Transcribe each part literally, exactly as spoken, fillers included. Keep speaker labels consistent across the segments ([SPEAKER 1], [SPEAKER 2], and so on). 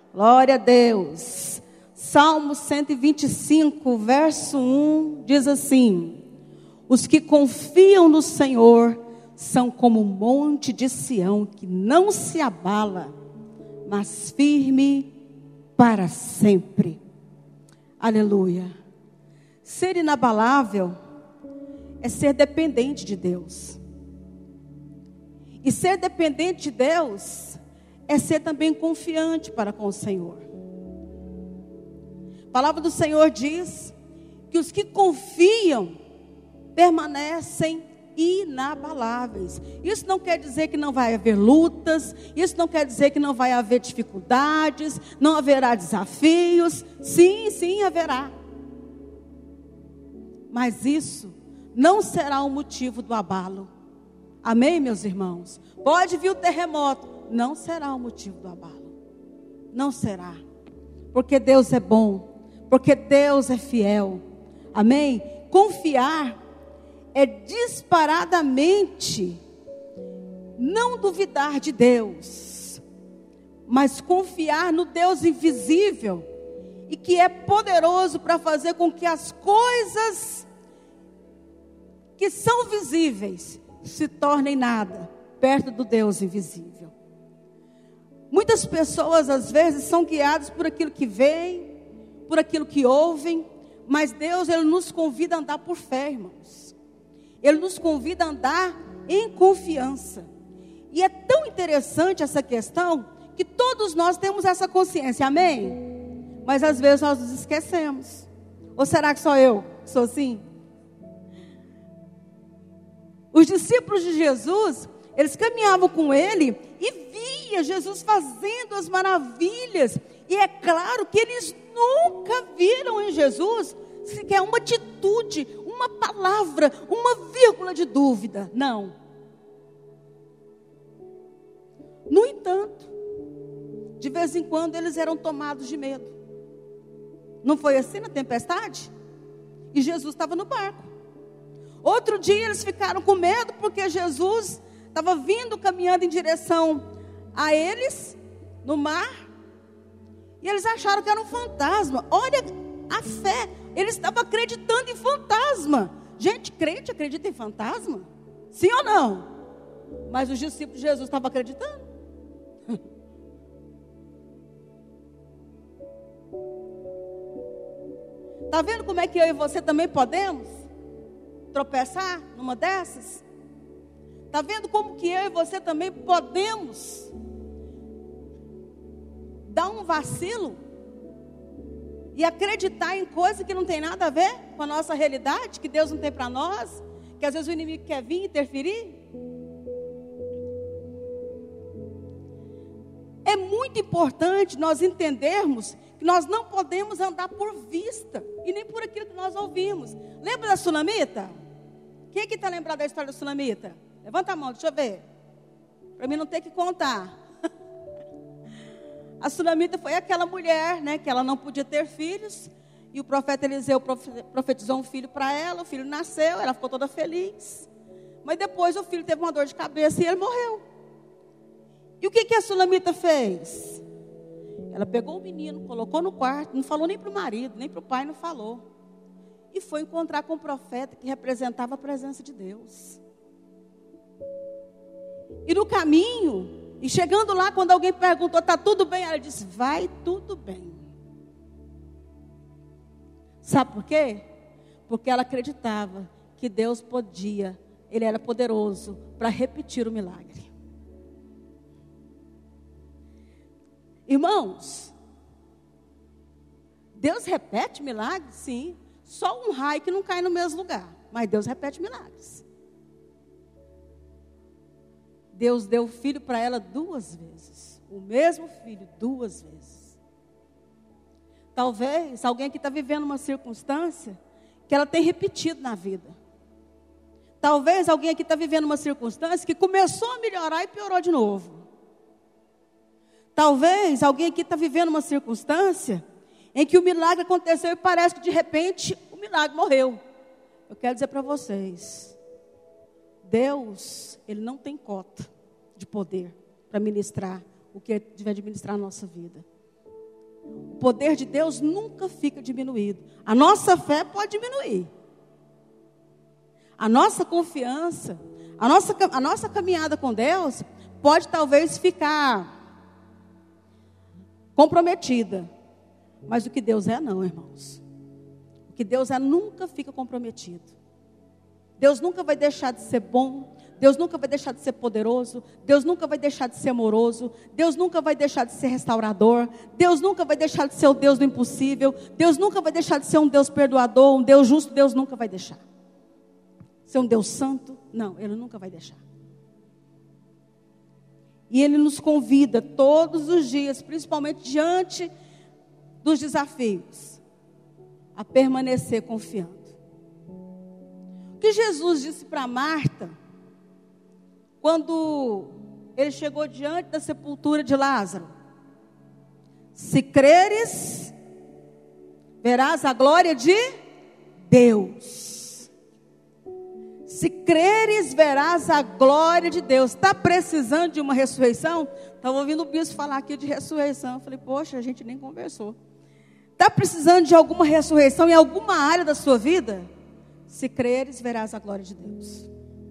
[SPEAKER 1] Glória a Deus. Salmo cento e vinte e cinco, verso um, diz assim: os que confiam no Senhor são como o monte de Sião, que não se abala, mas firme para sempre. Aleluia. Ser inabalável é ser dependente de Deus. E ser dependente de Deus é ser também confiante para com o Senhor. A palavra do Senhor diz que os que confiam permanecem inabaláveis. Isso não quer dizer que não vai haver lutas, isso não quer dizer que não vai haver dificuldades, não haverá desafios. Sim, sim, haverá. Mas isso não será o motivo do abalo. Amém, meus irmãos? Pode vir o terremoto, não será o motivo do abalo. Não será. Porque Deus é bom, porque Deus é fiel. Amém? Confiar é disparadamente não duvidar de Deus, mas confiar no Deus invisível e que é poderoso para fazer com que as coisas que são visíveis se tornem nada perto do Deus invisível. Muitas pessoas às vezes são guiadas por aquilo que veem, por aquilo que ouvem, mas Deus, Ele nos convida a andar por fé, irmãos. Ele nos convida a andar em confiança. E é tão interessante essa questão, que todos nós temos essa consciência, amém? Mas às vezes nós nos esquecemos. Ou será que só eu sou assim? Os discípulos de Jesus, eles caminhavam com Ele e via Jesus fazendo as maravilhas. E é claro que eles nunca viram em Jesus sequer uma atitude, uma palavra, uma vírgula de dúvida. Não. No entanto, de vez em quando eles eram tomados de medo. Não foi assim na tempestade? E Jesus estava no barco. Outro dia eles ficaram com medo porque Jesus estava vindo, caminhando em direção a eles, no mar. E eles acharam que era um fantasma. Olha a fé. Eles estavam acreditando em fantasma. Gente, crente acredita em fantasma? Sim ou não? Mas os discípulos de Jesus estavam acreditando. Está vendo como é que eu e você também podemos tropeçar numa dessas? Está vendo como que eu e você também podemos dar um vacilo e acreditar em coisa que não tem nada a ver com a nossa realidade, que Deus não tem para nós, que às vezes o inimigo quer vir interferir? É muito importante nós entendermos que nós não podemos andar por vista e nem por aquilo que nós ouvimos. Lembra da Sunamita? Quem aqui está lembrado da história da Sunamita? Levanta a mão, deixa eu ver. Para mim não ter que contar. A Sunamita foi aquela mulher, né, que ela não podia ter filhos. E o profeta Eliseu profetizou um filho para ela. O filho nasceu, ela ficou toda feliz. Mas depois o filho teve uma dor de cabeça e ele morreu. E o que, que a Sunamita fez? Ela pegou o menino, colocou no quarto, não falou nem para o marido, nem para o pai, não falou. E foi encontrar com o profeta que representava a presença de Deus. E no caminho, e chegando lá, quando alguém perguntou, está tudo bem? Ela disse, vai tudo bem. Sabe por quê? Porque ela acreditava que Deus podia, Ele era poderoso para repetir o milagre. Irmãos, Deus repete milagres? Sim. Só um raio que não cai no mesmo lugar. Mas Deus repete milagres. Deus deu o filho para ela duas vezes. O mesmo filho, duas vezes. Talvez alguém aqui está vivendo uma circunstância que ela tem repetido na vida. Talvez alguém aqui está vivendo uma circunstância que começou a melhorar e piorou de novo. Talvez alguém aqui está vivendo uma circunstância em que o milagre aconteceu e parece que de repente o milagre morreu. Eu quero dizer para vocês, Deus, Ele não tem cota de poder para ministrar o que Ele tiver de ministrar na nossa vida. poder de Deus nunca fica diminuído. A nossa fé pode diminuir. A nossa confiança, a nossa, a nossa caminhada com Deus pode talvez ficar comprometida. Mas o que Deus é não, irmãos. O que Deus é nunca fica comprometido. Deus nunca vai deixar de ser bom. Deus nunca vai deixar de ser poderoso. Deus nunca vai deixar de ser amoroso. Deus nunca vai deixar de ser restaurador. Deus nunca vai deixar de ser o Deus do impossível. Deus nunca vai deixar de ser um Deus perdoador, um Deus justo. Deus nunca vai deixar. Ser um Deus santo? Não, Ele nunca vai deixar. E Ele nos convida todos os dias, principalmente diante dos desafios, a permanecer confiando. O que Jesus disse para Marta, quando Ele chegou diante da sepultura de Lázaro? Se creres, verás a glória de Deus. Se creres, verás a glória de Deus. Está precisando de uma ressurreição? Estava ouvindo o bispo falar aqui de ressurreição. Eu falei, poxa, a gente nem conversou. Está precisando de alguma ressurreição em alguma área da sua vida? Se creres, verás a glória de Deus.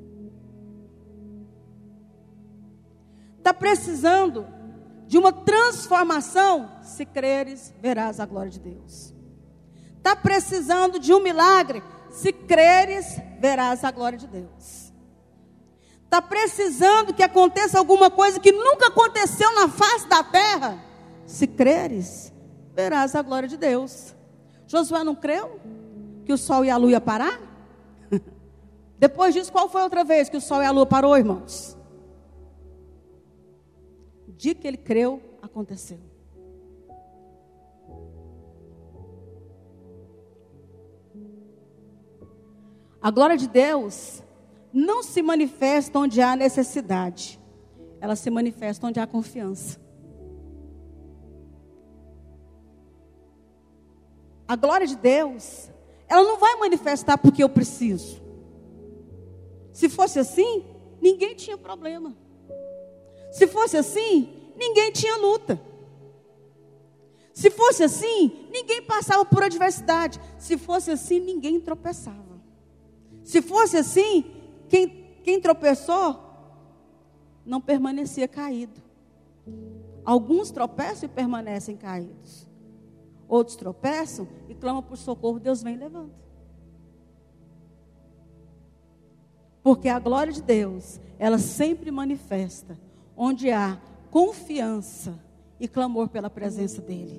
[SPEAKER 1] Está precisando de uma transformação? Se creres, verás a glória de Deus. Está precisando de um milagre? Se creres, verás a glória de Deus. Está precisando que aconteça alguma coisa que nunca aconteceu na face da terra? Se creres, verás a glória de Deus. Josué não creu que o sol e a lua iam parar? Depois disso, qual foi a outra vez que o sol e a lua parou, irmãos? O dia que ele creu, aconteceu. A glória de Deus não se manifesta onde há necessidade. Ela se manifesta onde há confiança. A glória de Deus, ela não vai manifestar porque eu preciso. Se fosse assim, ninguém tinha problema. Se fosse assim, ninguém tinha luta. Se fosse assim, ninguém passava por adversidade. Se fosse assim, ninguém tropeçava. Se fosse assim, quem, quem tropeçou, não permanecia caído. Alguns tropeçam e permanecem caídos. Outros tropeçam e clamam por socorro, Deus vem e levanta. Porque a glória de Deus, ela sempre manifesta onde há confiança e clamor pela presença dEle.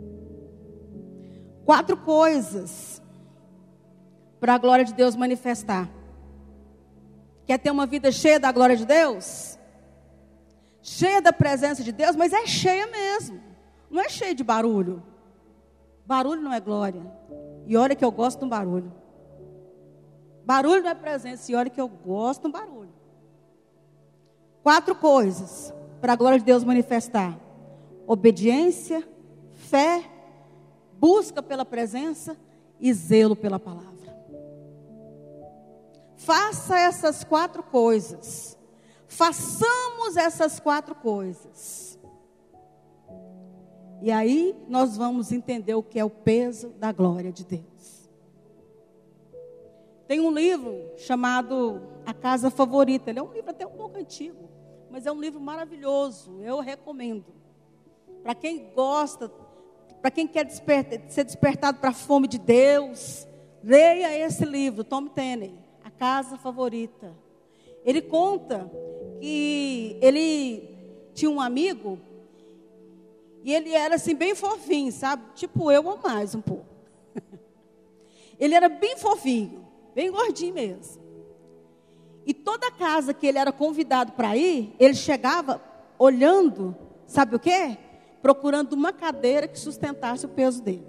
[SPEAKER 1] Quatro coisas para a glória de Deus manifestar. Quer ter uma vida cheia da glória de Deus? Cheia da presença de Deus, mas é cheia mesmo. Não é cheia de barulho. Barulho não é glória. E olha que eu gosto de um barulho. Barulho não é presença. E olha que eu gosto de um barulho. Quatro coisas para a glória de Deus manifestar: obediência, fé, busca pela presença e zelo pela palavra. Faça essas quatro coisas. Façamos essas quatro coisas. E aí nós vamos entender o que é o peso da glória de Deus. Tem um livro chamado A Casa Favorita. Ele é um livro até um pouco antigo, mas é um livro maravilhoso. Eu recomendo. Para quem gosta, para quem quer despertar, ser despertado para a fome de Deus, leia esse livro, Tom Tenney, A Casa Favorita. Ele conta que ele tinha um amigo e ele era assim bem fofinho, sabe? Tipo eu ou mais um pouco. Ele era bem fofinho, bem gordinho mesmo. E toda casa que ele era convidado para ir, ele chegava olhando, sabe o quê? Procurando uma cadeira que sustentasse o peso dele.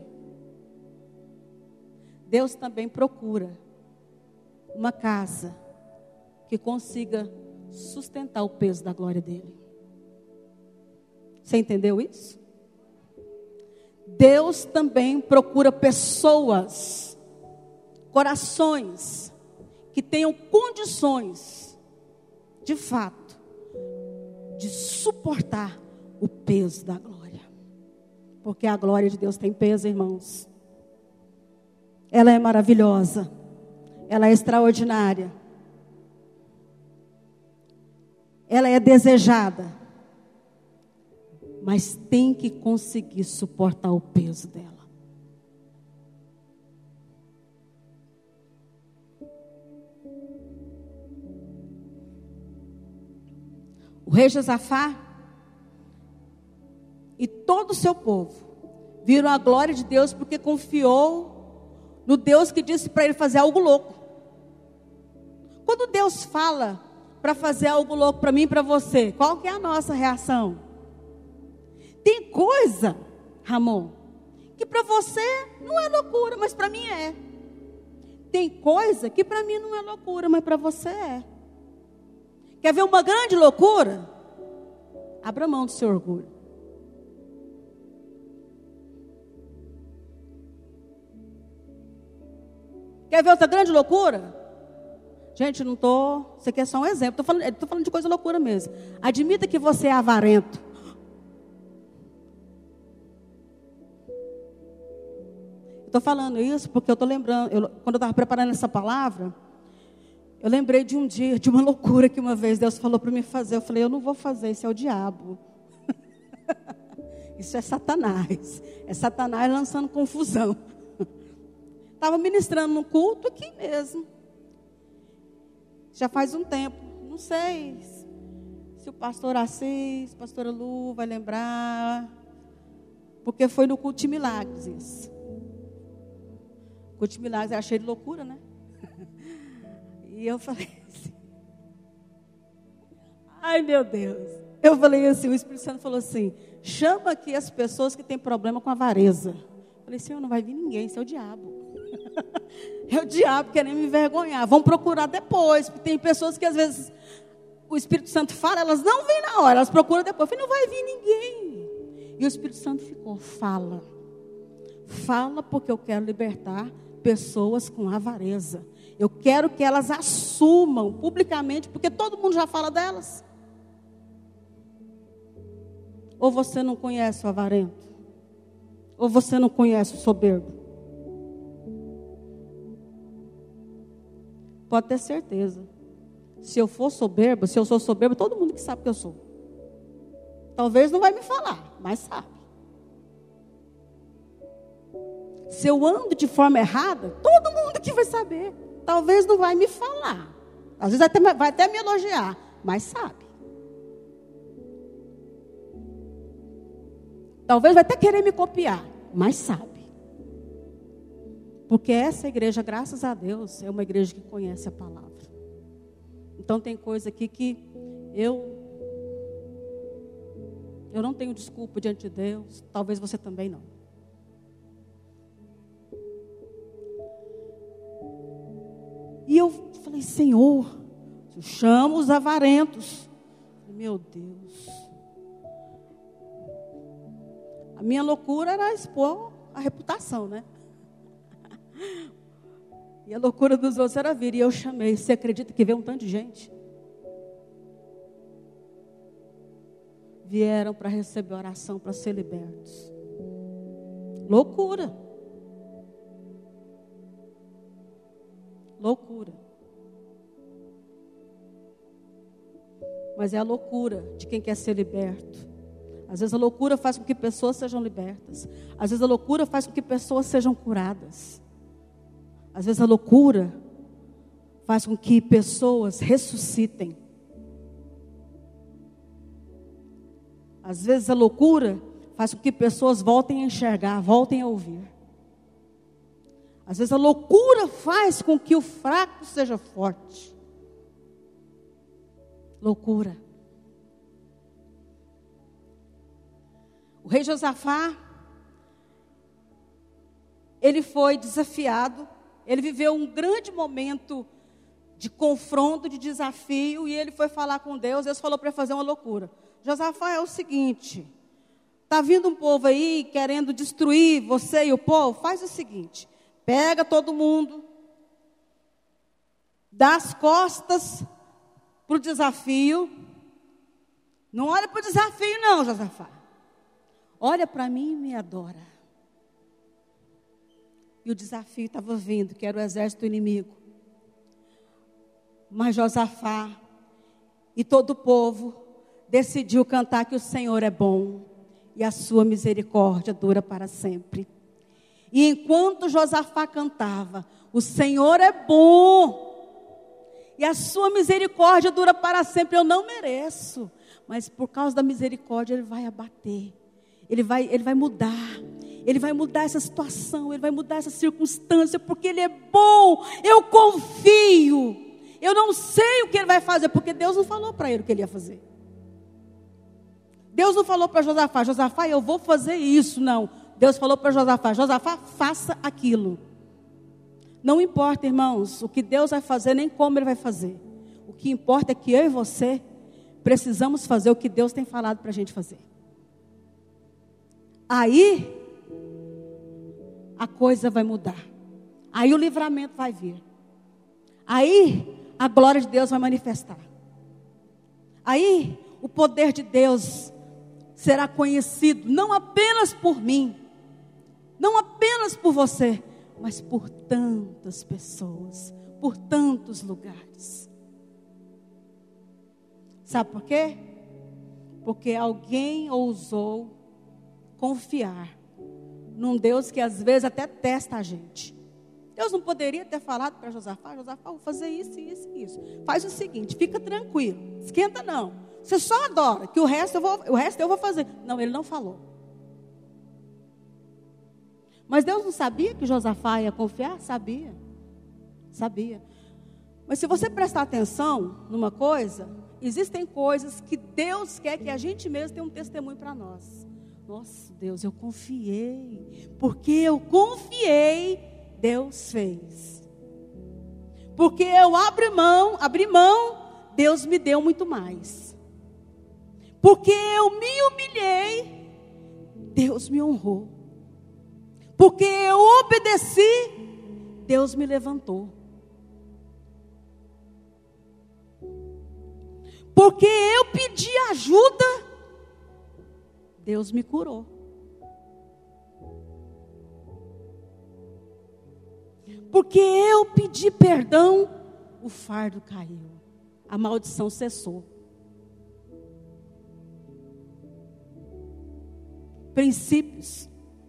[SPEAKER 1] Deus também procura uma casa que consiga sustentar o peso da glória dele. Você entendeu isso? Deus também procura pessoas, corações, que tenham condições, de fato, de suportar o peso da glória. Porque a glória de Deus tem peso, irmãos. Ela é maravilhosa. Ela é extraordinária. Ela é desejada. Mas tem que conseguir suportar o peso dela. O rei Josafá e todo o seu povo viram a glória de Deus porque confiou no Deus que disse para ele fazer algo louco. Quando Deus fala para fazer algo louco para mim e para você, qual que é a nossa reação? Tem coisa, Ramon, que para você não é loucura, mas para mim é. Tem coisa que para mim não é loucura, mas para você é. Quer ver uma grande loucura? Abra mão do seu orgulho. Quer ver outra grande loucura? Gente, não estou... Isso aqui é só um exemplo. Estou falando, tô falando de coisa loucura mesmo. Admita que você é avarento. Estou falando isso porque eu estou lembrando... Eu, quando eu estava preparando essa palavra, eu lembrei de um dia, de uma loucura que uma vez Deus falou para mim fazer. Eu falei, eu não vou fazer, isso é o diabo. Isso é Satanás. É Satanás lançando confusão. Estava ministrando no culto aqui mesmo. Já faz um tempo. Não sei se o pastor Assis, pastora Lu vai lembrar. Porque foi no culto de milagres isso. O culto de milagres era cheio de loucura, né? E eu falei assim. Ai, meu Deus. Eu falei assim, o Espírito Santo falou assim, chama aqui as pessoas que têm problema com avareza. Eu falei, Senhor, não vai vir ninguém, isso é o diabo. É o diabo querendo me envergonhar. Vão procurar depois. Porque tem pessoas que às vezes o Espírito Santo fala, elas não vêm na hora, elas procuram depois. Eu falei, não vai vir ninguém. E o Espírito Santo ficou, fala. Fala porque eu quero libertar pessoas com avareza. Eu quero que elas assumam publicamente, porque todo mundo já fala delas. Ou você não conhece o avarento? Ou você não conhece o soberbo? Pode ter certeza. Se eu for soberbo, se eu sou soberbo, todo mundo que sabe que eu sou. Talvez não vai me falar, mas sabe. Se eu ando de forma errada, todo mundo que vai saber. Talvez não vai me falar. Às vezes até, vai até me elogiar, mas sabe. Talvez vai até querer me copiar, mas sabe. Porque essa igreja, graças a Deus, é uma igreja que conhece a palavra. Então tem coisa aqui que eu eu não tenho desculpa diante de Deus, talvez você também não. E eu falei, Senhor, eu chamo os avarentos. Meu Deus. A minha loucura era expor a reputação, né? E a loucura dos outros era vir. E eu chamei. Você acredita que veio um tanto de gente? Vieram para receber oração, para ser libertos. Loucura. Loucura. Mas é a loucura de quem quer ser liberto. Às vezes a loucura faz com que pessoas sejam libertas. Às vezes a loucura faz com que pessoas sejam curadas. Às vezes a loucura faz com que pessoas ressuscitem. Às vezes a loucura faz com que pessoas voltem a enxergar, voltem a ouvir. Às vezes a loucura faz com que o fraco seja forte. Loucura. O rei Josafá, ele foi desafiado, ele viveu um grande momento de confronto, de desafio, e ele foi falar com Deus. Deus falou para ele fazer uma loucura. Josafá, é o seguinte, está vindo um povo aí querendo destruir você e o povo, faz o seguinte, pega todo mundo, dá as costas para o desafio, não olha para o desafio não, Josafá. olha para mim e me adora. E o desafio estava vindo, que era o exército inimigo. Mas Josafá e todo o povo decidiu cantar que o Senhor é bom e a sua misericórdia dura para sempre. E enquanto Josafá cantava, o Senhor é bom e a sua misericórdia dura para sempre, eu não mereço, mas por causa da misericórdia Ele vai abater, Ele vai, ele vai mudar, Ele vai mudar essa situação, Ele vai mudar essa circunstância, porque Ele é bom, eu confio. Eu não sei o que Ele vai fazer, porque Deus não falou para ele o que Ele ia fazer. Deus não falou para Josafá, Josafá, eu vou fazer isso, não. Deus falou para Josafá, Josafá, faça aquilo. Não importa, irmãos, o que Deus vai fazer, nem como Ele vai fazer. O que importa é que eu e você precisamos fazer o que Deus tem falado para a gente fazer. Aí, a coisa vai mudar. Aí o livramento vai vir. Aí, a glória de Deus vai manifestar. Aí, o poder de Deus será conhecido, não apenas por mim, não apenas por você, mas por tantas pessoas, por tantos lugares. Sabe por quê? Porque alguém ousou confiar num Deus que às vezes até testa a gente. Deus não poderia ter falado para Josafá, Josafá, vou fazer isso, isso e isso. Faz o seguinte, fica tranquilo, esquenta não. Você só adora, que o resto eu vou, o resto eu vou fazer. Não, ele não falou. Mas Deus não sabia que Josafá ia confiar? Sabia. Sabia. Mas se você prestar atenção numa coisa, existem coisas que Deus quer que a gente mesmo tenha um testemunho para nós. Nossa, Deus, eu confiei. Porque eu confiei, Deus fez. Porque eu abri mão, abri mão, Deus me deu muito mais. Porque eu me humilhei, Deus me honrou. Porque eu obedeci, Deus me levantou. Porque eu pedi ajuda, Deus me curou. Porque eu pedi perdão, o fardo caiu, a maldição cessou. Princípios.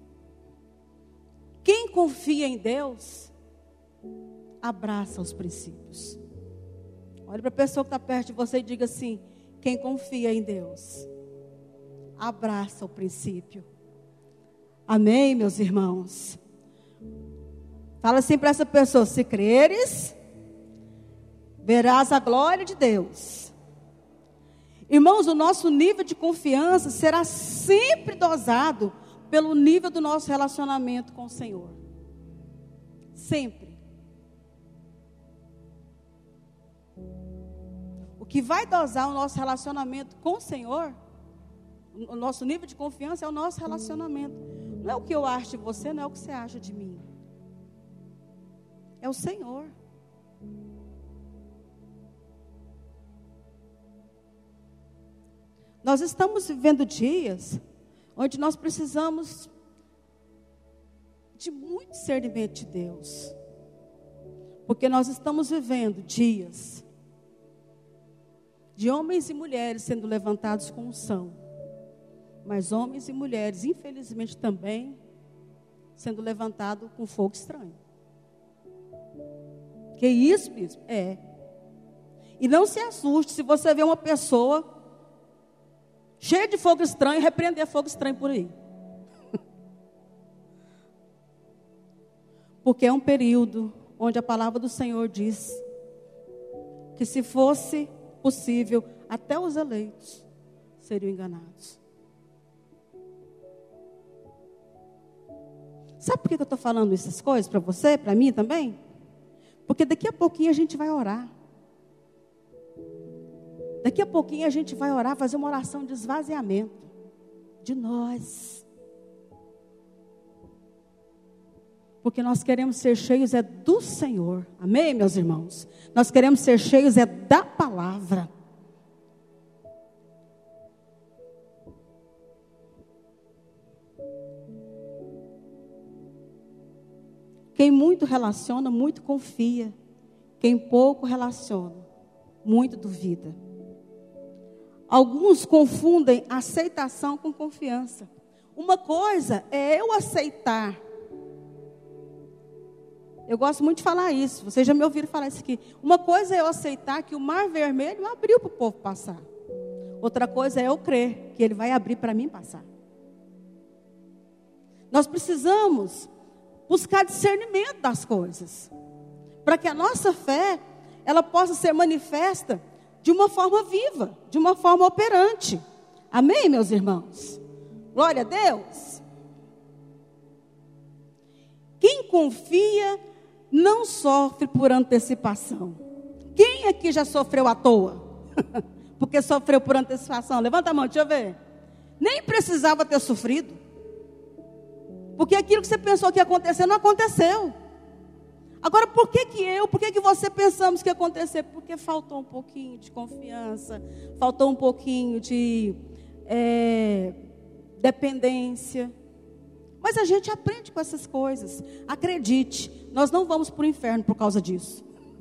[SPEAKER 1] Quem confia em Deus, abraça os princípios. Olha para a pessoa que está perto de você e diga assim: quem confia em Deus, abraça o princípio. Amém, meus irmãos? Fala assim para essa pessoa: se creres, verás a glória de Deus. Irmãos, o nosso nível de confiança será sempre dosado pelo nível do nosso relacionamento com o Senhor. Sempre. O que vai dosar o nosso relacionamento com o Senhor, o nosso nível de confiança é o nosso relacionamento. Não é o que eu acho de você, não é o que você acha de mim. É o Senhor. Nós estamos vivendo dias onde nós precisamos de muito discernimento de Deus. Porque nós estamos vivendo dias de homens e mulheres sendo levantados com unção. Mas homens e mulheres, infelizmente, também sendo levantados com fogo estranho. Que isso, bispo? É. E não se assuste se você vê uma pessoa cheia de fogo estranho, repreender fogo estranho por aí. Porque é um período onde a palavra do Senhor diz que se fosse possível, até os eleitos seriam enganados. Sabe por que eu estou falando essas coisas para você, para mim também? Porque daqui a pouquinho a gente vai orar. Daqui a pouquinho a gente vai orar, fazer uma oração de esvaziamento de nós. Porque nós queremos ser cheios é do Senhor. Amém, meus irmãos? Nós queremos ser cheios é da palavra. Quem muito relaciona, muito confia. Quem pouco relaciona, muito duvida. Alguns confundem aceitação com confiança. Uma coisa é eu aceitar. Eu gosto muito de falar isso. Vocês já me ouviram falar isso aqui. Uma coisa é eu aceitar que o mar vermelho abriu para o povo passar. Outra coisa é eu crer que ele vai abrir para mim passar. Nós precisamos buscar discernimento das coisas, para que a nossa fé, ela possa ser manifesta de uma forma viva, de uma forma operante. Amém, meus irmãos? Glória a Deus. Quem confia não sofre por antecipação. Quem aqui já sofreu à toa? Porque sofreu por antecipação. Levanta a mão, deixa eu ver. Nem precisava ter sofrido. Porque aquilo que você pensou que ia acontecer, não aconteceu. Agora, por que que eu, por que que você pensamos que ia acontecer? Porque faltou um pouquinho de confiança, faltou um pouquinho de é, dependência. Mas a gente aprende com essas coisas. Acredite, nós não vamos para o inferno por causa disso.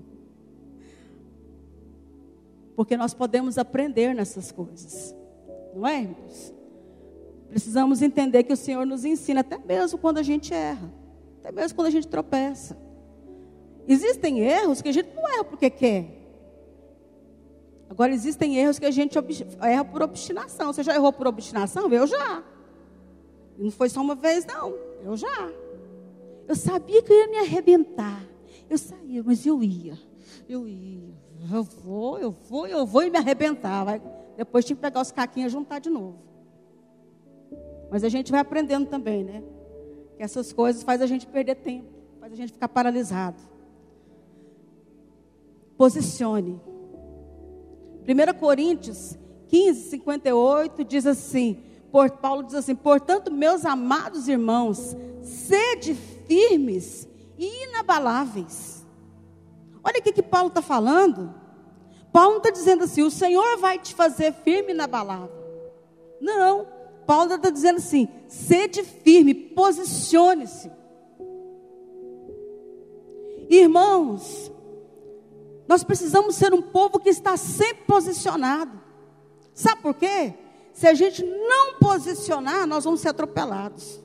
[SPEAKER 1] Porque nós podemos aprender nessas coisas. Não é, irmãos? Precisamos entender que o Senhor nos ensina, até mesmo quando a gente erra. Até mesmo quando a gente tropeça. Existem erros que a gente não erra porque quer. Agora, existem erros que a gente erra por obstinação. Você já errou por obstinação? Eu já. E não foi só uma vez, não. Eu já. Eu sabia que eu ia me arrebentar. Eu saía, mas eu ia. Eu ia. Eu vou, eu vou, eu vou e me arrebentar. Vai. Depois tinha que pegar os caquinhos e juntar de novo. Mas a gente vai aprendendo também, né? Que essas coisas fazem a gente perder tempo. Faz a gente ficar paralisado. Posicione. primeira Coríntios quinze, cinquenta e oito diz assim, por, Paulo diz assim, portanto, meus amados irmãos, sede firmes e inabaláveis. Olha o que, que Paulo está falando. Paulo não está dizendo assim, o Senhor vai te fazer firme e inabalável. Não, Paulo está dizendo assim, sede firme, posicione-se. Irmãos, nós precisamos ser um povo que está sempre posicionado. Sabe por quê? Se a gente não posicionar, nós vamos ser atropelados.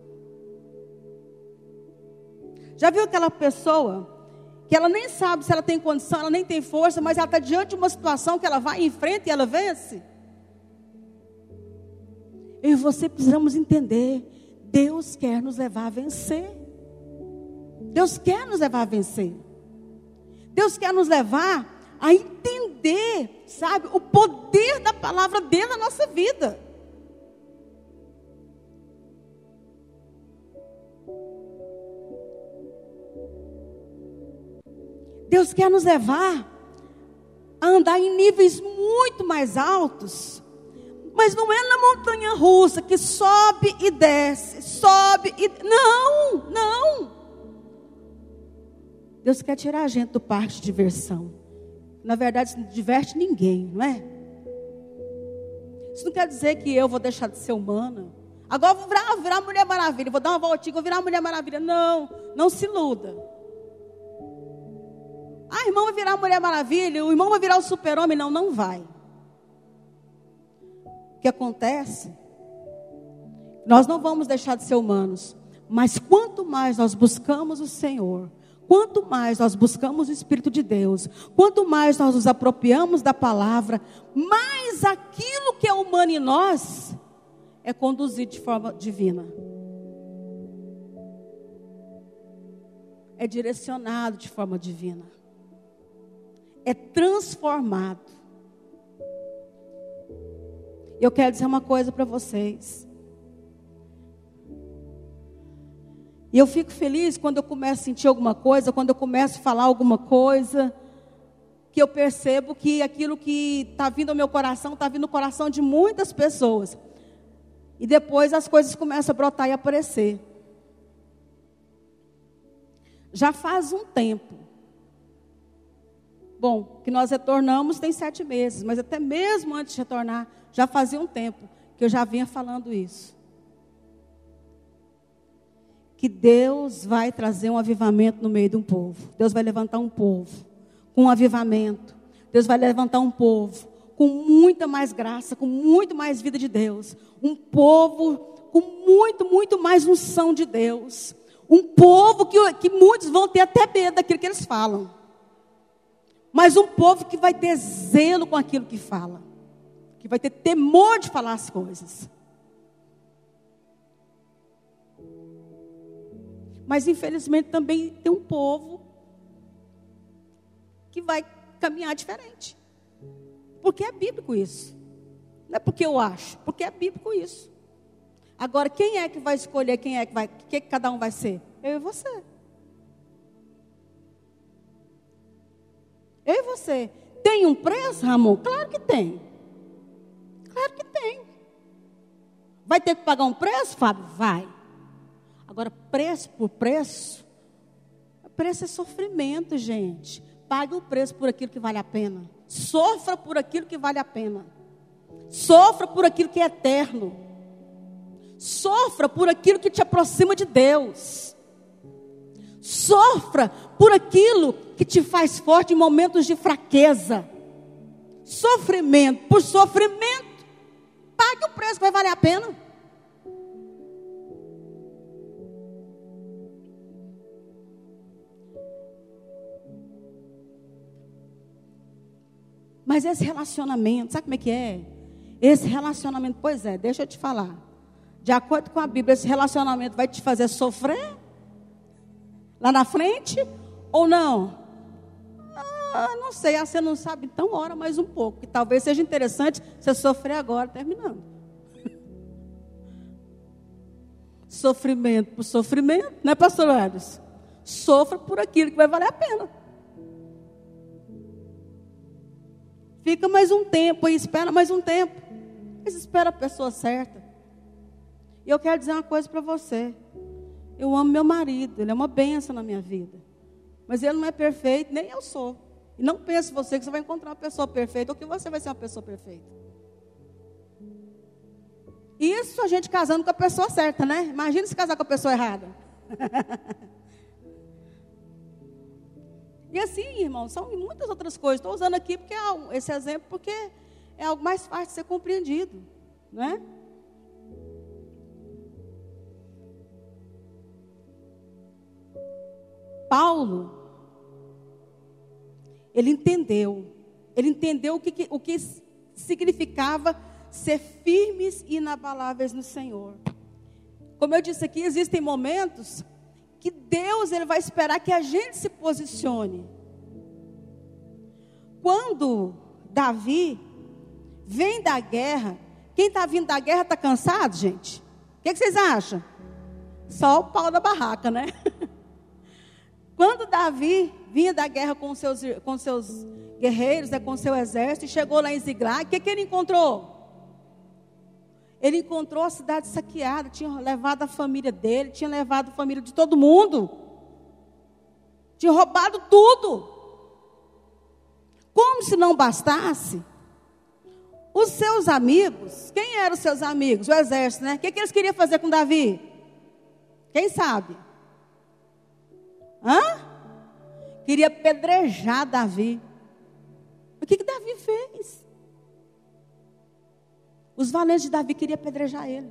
[SPEAKER 1] Já viu aquela pessoa que ela nem sabe se ela tem condição, ela nem tem força, mas ela está diante de uma situação que ela vai em frente e ela vence? Eu e você precisamos entender, Deus quer nos levar a vencer. Deus quer nos levar a vencer. Deus quer nos levar a entender, sabe, o poder da palavra dele na nossa vida. Deus quer nos levar a andar em níveis muito mais altos. Mas não é na montanha russa que sobe e desce, sobe e... Não, não. Deus quer tirar a gente do parque de diversão. Na verdade, isso não diverte ninguém, não é? Isso não quer dizer que eu vou deixar de ser humana. Agora eu vou virar, virar Mulher Maravilha, vou dar uma voltinha, vou virar Mulher Maravilha. Não, não se iluda. Ah, a irmã vai virar Mulher Maravilha, o irmão vai virar o super-homem. Não, não vai. O que acontece? Nós não vamos deixar de ser humanos. Mas quanto mais nós buscamos o Senhor, quanto mais nós buscamos o Espírito de Deus, quanto mais nós nos apropriamos da palavra, mais aquilo que é humano em nós é conduzido de forma divina. É direcionado de forma divina. É transformado. Eu quero dizer uma coisa para vocês. E eu fico feliz quando eu começo a sentir alguma coisa, quando eu começo a falar alguma coisa, que eu percebo que aquilo que está vindo ao meu coração, está vindo no coração de muitas pessoas. E depois as coisas começam a brotar e aparecer. Já faz um tempo. Bom, que nós retornamos tem sete meses, mas até mesmo antes de retornar, já fazia um tempo que eu já vinha falando isso. que Deus vai trazer um avivamento no meio de um povo. Deus vai levantar um povo com um avivamento. Deus vai levantar um povo com muita mais graça, com muito mais vida de Deus. Um povo com muito, muito mais unção de Deus. Um povo que, que muitos vão ter até medo daquilo que eles falam. Mas um povo que vai ter zelo com aquilo que fala. Que vai ter temor de falar as coisas. Mas infelizmente também tem um povo que vai caminhar diferente. Porque é bíblico isso. Não é porque eu acho, porque é bíblico isso. Agora, quem é que vai escolher quem é que vai, que, que cada um vai ser? Eu e você. Eu e você. Tem um preço, Ramon? Claro que tem. Claro que tem. Vai ter que pagar um preço, Fábio? Vai. Agora, preço por preço, preço é sofrimento, gente. Pague o preço por aquilo que vale a pena. Sofra por aquilo que vale a pena. Sofra por aquilo que é eterno. Sofra por aquilo que te aproxima de Deus. Sofra por aquilo que te faz forte em momentos de fraqueza. Sofrimento por sofrimento. Pague o preço que vai valer a pena. Mas esse relacionamento, sabe como é que é? Esse relacionamento, pois é, deixa eu te falar. De acordo com a Bíblia, esse relacionamento vai te fazer sofrer lá na frente ou não? Ah, não sei, ah, você não sabe, então ora mais um pouco. Que talvez seja interessante você sofrer agora, terminando. Sofrimento por sofrimento, né, pastor Anderson? Sofra por aquilo que vai valer a pena. Fica mais um tempo e espera mais um tempo. Mas espera a pessoa certa. E eu quero dizer uma coisa para você. Eu amo meu marido, ele é uma bênção na minha vida. Mas ele não é perfeito, nem eu sou. E não pense você que você vai encontrar uma pessoa perfeita ou que você vai ser uma pessoa perfeita. Isso a gente casando com a pessoa certa, né? Imagina se casar com a pessoa errada. E assim, irmão, são muitas outras coisas. Estou usando aqui porque é esse exemplo porque é algo mais fácil de ser compreendido, né? Paulo, ele entendeu, ele entendeu o que, o que significava ser firmes e inabaláveis no Senhor. Como eu disse aqui, existem momentos que Deus ele vai esperar que a gente se posicione. Quando Davi vem da guerra, quem está vindo da guerra está cansado, gente? O que, que vocês acham? Só o pau da barraca, né? Quando Davi vinha da guerra com seus, com seus guerreiros, né, com seu exército, e chegou lá em Ziglag, o que, que ele encontrou? Ele encontrou a cidade saqueada, tinha levado a família dele, tinha levado a família de todo mundo. Tinha roubado tudo. Como se não bastasse, os seus amigos, quem eram os seus amigos? O exército, né? O que, que eles queriam fazer com Davi? Quem sabe? Hã? Queria apedrejar Davi. O que, que Davi fez? Os valentes de Davi queriam apedrejar ele.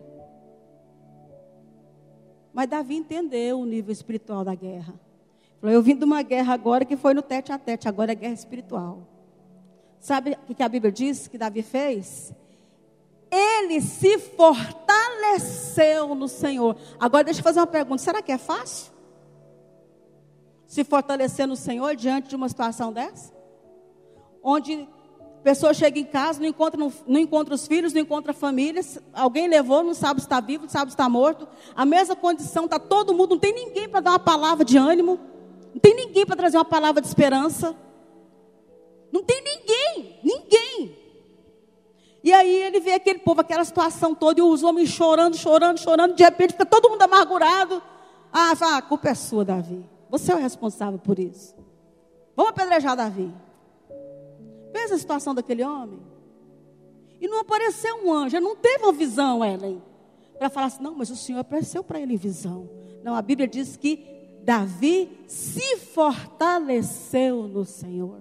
[SPEAKER 1] Mas Davi entendeu o nível espiritual da guerra. Falou, eu vim de uma guerra agora que foi no tete a tete, agora é guerra espiritual. Sabe o que a Bíblia diz que Davi fez? Ele se fortaleceu no Senhor. Agora deixa eu fazer uma pergunta, será que é fácil? Se fortalecer no Senhor diante de uma situação dessa? Onde a pessoa chega em casa, não encontra, não, não encontra os filhos, não encontra a família, alguém levou, não sabe se está vivo, não sabe se está morto. A mesma condição, está todo mundo, não tem ninguém para dar uma palavra de ânimo, não tem ninguém para trazer uma palavra de esperança. Não tem ninguém, ninguém. E aí ele vê aquele povo, aquela situação toda, e os homens chorando, chorando, chorando, de repente fica todo mundo amargurado. Ah, fala, a culpa é sua, Davi. Você é o responsável por isso. Vamos apedrejar Davi. Pensa a situação daquele homem. E não apareceu um anjo, ele não teve uma visão, Ellen, para falar assim, não, mas o Senhor apareceu para ele em visão. Não, a Bíblia diz que Davi se fortaleceu no Senhor.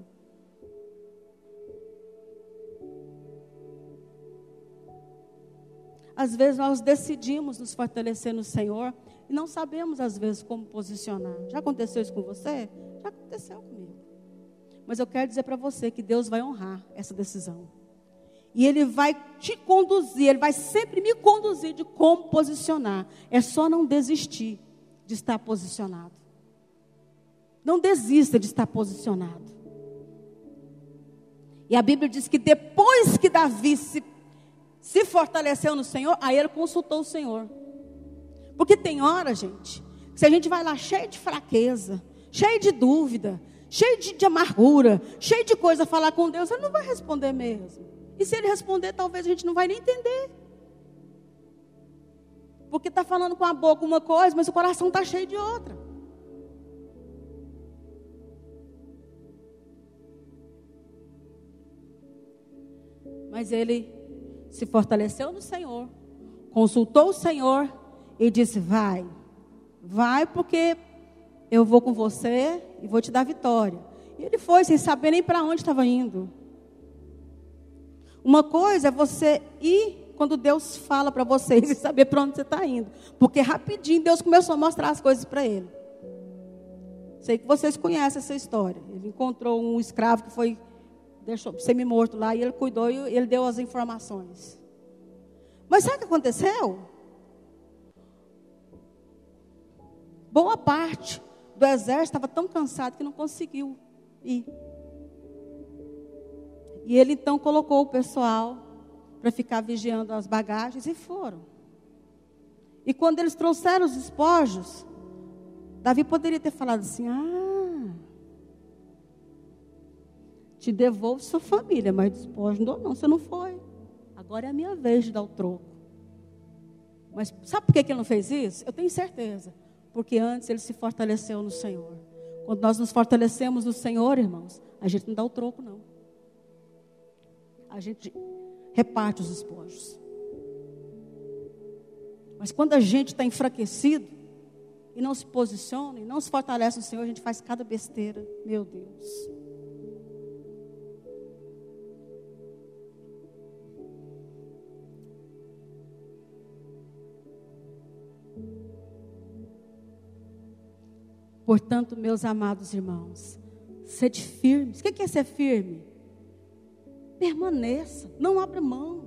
[SPEAKER 1] Às vezes nós decidimos nos fortalecer no Senhor e não sabemos às vezes como posicionar. Já aconteceu isso com você? Já aconteceu comigo. Mas eu quero dizer para você que Deus vai honrar essa decisão. E Ele vai te conduzir, Ele vai sempre me conduzir de como posicionar. É só não desistir de estar posicionado. Não desista de estar posicionado. E a Bíblia diz que depois que Davi se, se fortaleceu no Senhor, aí ele consultou o Senhor. Porque tem hora, gente, que se a gente vai lá cheio de fraqueza, cheio de dúvida, cheio de, de amargura, cheio de coisa a falar com Deus, Ele não vai responder mesmo. E se Ele responder, talvez a gente não vai nem entender. Porque está falando com a boca uma coisa, mas o coração está cheio de outra. Mas ele se fortaleceu no Senhor, consultou o Senhor e disse: vai, vai porque eu vou com você e vou te dar vitória. E ele foi sem saber nem para onde estava indo. Uma coisa é você ir quando Deus fala para você e saber para onde você está indo. Porque rapidinho Deus começou a mostrar as coisas para ele. Sei que vocês conhecem essa história. Ele encontrou um escravo que foi, deixou semi-morto lá, e ele cuidou e ele deu as informações. Mas sabe o que aconteceu? Boa parte do exército estava tão cansado que não conseguiu ir. E ele então colocou o pessoal para ficar vigiando as bagagens e foram. E quando eles trouxeram os despojos, Davi poderia ter falado assim: ah, te devolvo sua família, mas despojo não dou não, você não foi. Agora é a minha vez de dar o troco. Mas sabe por que ele não fez isso? Eu tenho certeza. Porque antes ele se fortaleceu no Senhor. Quando nós nos fortalecemos no Senhor, irmãos, a gente não dá o troco não. A gente reparte os despojos. Mas quando a gente está enfraquecido e não se posiciona e não se fortalece no Senhor, a gente faz cada besteira. Meu Deus. Portanto, meus amados irmãos, sede firmes. O que é ser firme? Permaneça, não abra mão.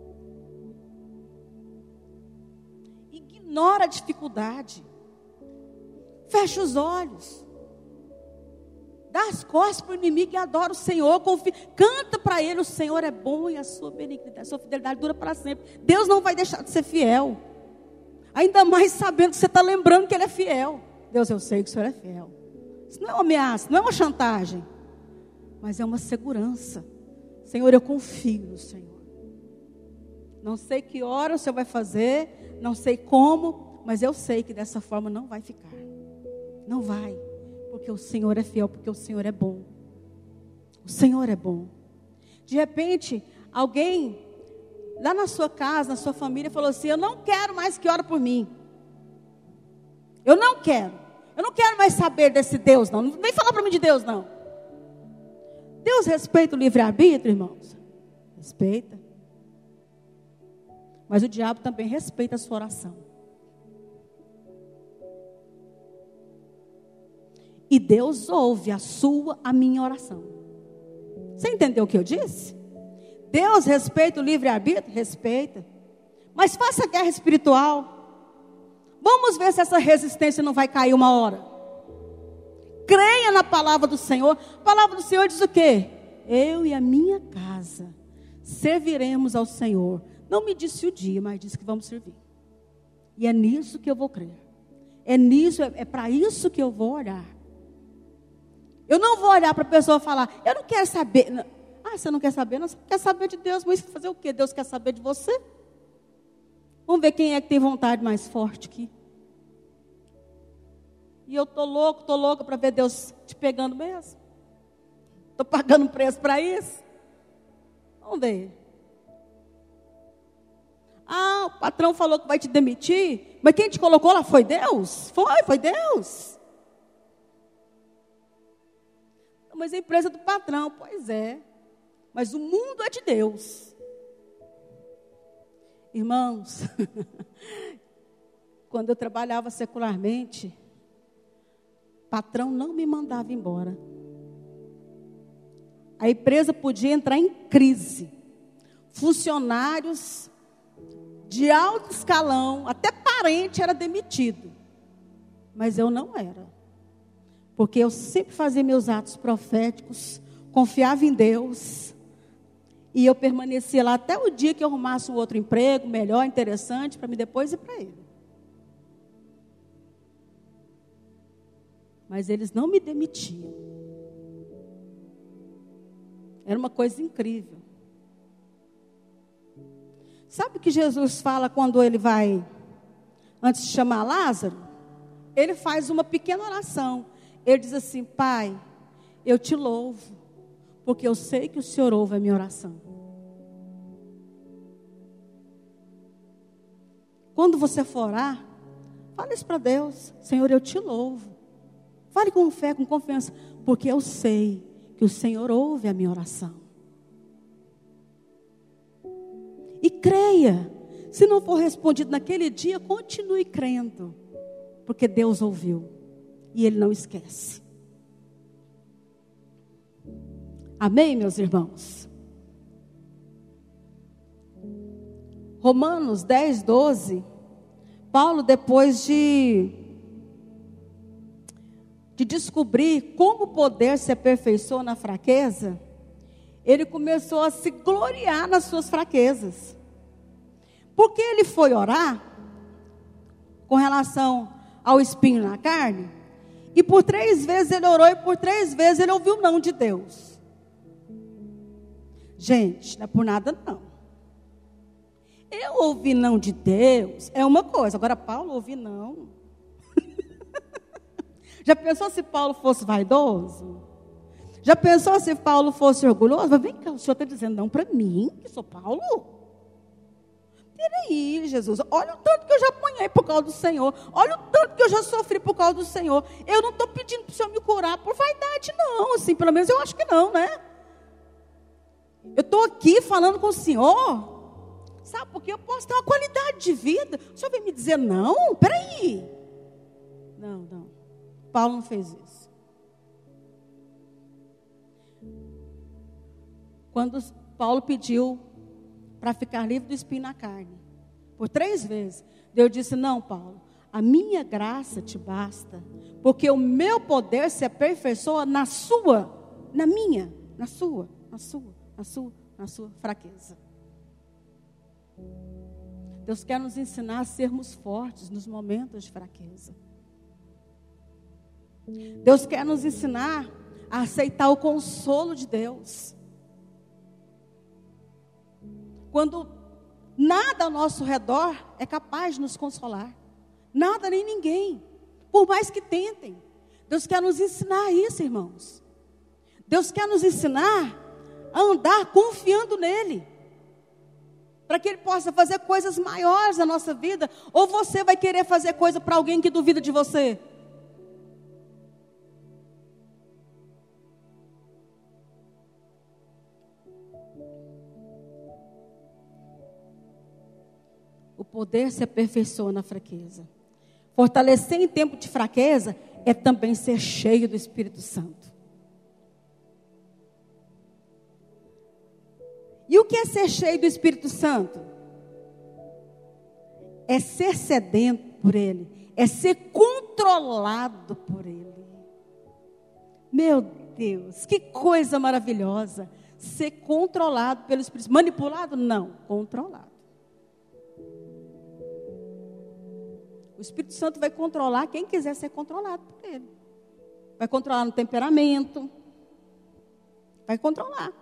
[SPEAKER 1] Ignora a dificuldade. Fecha os olhos. Dá as costas para o inimigo e adora o Senhor. Confia, canta para ele: o Senhor é bom e a sua benignidade, a sua fidelidade dura para sempre. Deus não vai deixar de ser fiel. Ainda mais sabendo que você está lembrando que Ele é fiel. Deus, eu sei que o Senhor é fiel. Isso não é uma ameaça, não é uma chantagem, mas é uma segurança. Senhor, eu confio no Senhor. Não sei que hora o Senhor vai fazer, não sei como, mas eu sei que dessa forma não vai ficar. Não vai, porque o Senhor é fiel, porque o Senhor é bom. O Senhor é bom. De repente, alguém lá na sua casa, na sua família, falou assim: eu não quero mais que ore por mim. Eu não quero. Eu não quero mais saber desse Deus, não. Não vem falar para mim de Deus, não. Deus respeita o livre-arbítrio, irmãos? Respeita. Mas o diabo também respeita a sua oração. E Deus ouve a sua, a minha oração. Você entendeu o que eu disse? Deus respeita o livre-arbítrio? Respeita. Mas faça guerra espiritual. Vamos ver se essa resistência não vai cair uma hora. Creia na palavra do Senhor. A palavra do Senhor diz o quê? Eu e a minha casa serviremos ao Senhor. Não me disse o dia, mas disse que vamos servir. E é nisso que eu vou crer. É nisso, é, é para isso que eu vou olhar. Eu não vou olhar para a pessoa e falar: eu não quero saber. Não. Ah, você não quer saber? Não, você quer saber de Deus, mas fazer o quê? Deus quer saber de você? Vamos ver quem é que tem vontade mais forte aqui. E eu estou louco, estou louca para ver Deus te pegando mesmo. Estou pagando um preço para isso. Vamos ver. Ah, o patrão falou que vai te demitir, mas quem te colocou lá foi Deus? Foi, foi Deus. Mas a empresa do patrão, pois é. Mas o mundo é de Deus. Irmãos, quando eu trabalhava secularmente, o patrão não me mandava embora. A empresa podia entrar em crise. Funcionários de alto escalão, até parente era demitido. Mas eu não era. Porque eu sempre fazia meus atos proféticos, confiava em Deus. E eu permanecia lá até o dia que eu arrumasse um outro emprego, melhor, interessante, para mim depois ir para ele. Mas eles não me demitiam. Era uma coisa incrível. Sabe o que Jesus fala quando ele vai, antes de chamar Lázaro? Ele faz uma pequena oração. Ele diz assim: Pai, eu te louvo, porque eu sei que o Senhor ouve a minha oração. Quando você for orar, fale isso para Deus: Senhor, eu te louvo. Fale com fé, com confiança, porque eu sei que o Senhor ouve a minha oração. E creia. Se não for respondido naquele dia, continue crendo, porque Deus ouviu e Ele não esquece. Amém, meus irmãos? Romanos dez, doze. Paulo, depois de, de descobrir como o poder se aperfeiçoa na fraqueza, ele começou a se gloriar nas suas fraquezas. Porque ele foi orar com relação ao espinho na carne, e por três vezes ele orou, e por três vezes ele ouviu o não de Deus. Gente, não é por nada não. Eu ouvi não de Deus, é uma coisa. Agora Paulo ouvi não. Já pensou se Paulo fosse vaidoso? Já pensou se Paulo fosse orgulhoso? Mas vem cá, o senhor está dizendo não para mim, que sou Paulo? Peraí, Jesus, olha o tanto que eu já apanhei por causa do Senhor. Olha o tanto que eu já sofri por causa do Senhor. Eu não estou pedindo para o Senhor me curar por vaidade, não. Assim, pelo menos eu acho que não, né? Eu estou aqui falando com o Senhor, sabe, porque eu posso ter uma qualidade de vida. O Senhor vem me dizer não? Peraí. Não, não. Paulo não fez isso. Quando Paulo pediu para ficar livre do espinho na carne, por três vezes, Deus disse: não, Paulo, a minha graça te basta, porque o meu poder se aperfeiçoa na sua, na minha, na sua, na sua, na sua, na sua fraqueza. Deus quer nos ensinar a sermos fortes nos momentos de fraqueza. Deus quer nos ensinar a aceitar o consolo de Deus. Quando nada ao nosso redor é capaz de nos consolar. Nada nem ninguém. Por mais que tentem. Deus quer nos ensinar isso, irmãos. Deus quer nos ensinar a andar confiando nele. Para que Ele possa fazer coisas maiores na nossa vida. Ou você vai querer fazer coisa para alguém que duvida de você? O poder se aperfeiçoa na fraqueza. Fortalecer em tempo de fraqueza é também ser cheio do Espírito Santo. E o que é ser cheio do Espírito Santo? É ser sedento por Ele. É ser controlado por Ele. Meu Deus, que coisa maravilhosa. Ser controlado pelo Espírito Santo. Manipulado? Não, controlado. O Espírito Santo vai controlar quem quiser ser controlado por Ele. Vai controlar no temperamento. Vai controlar.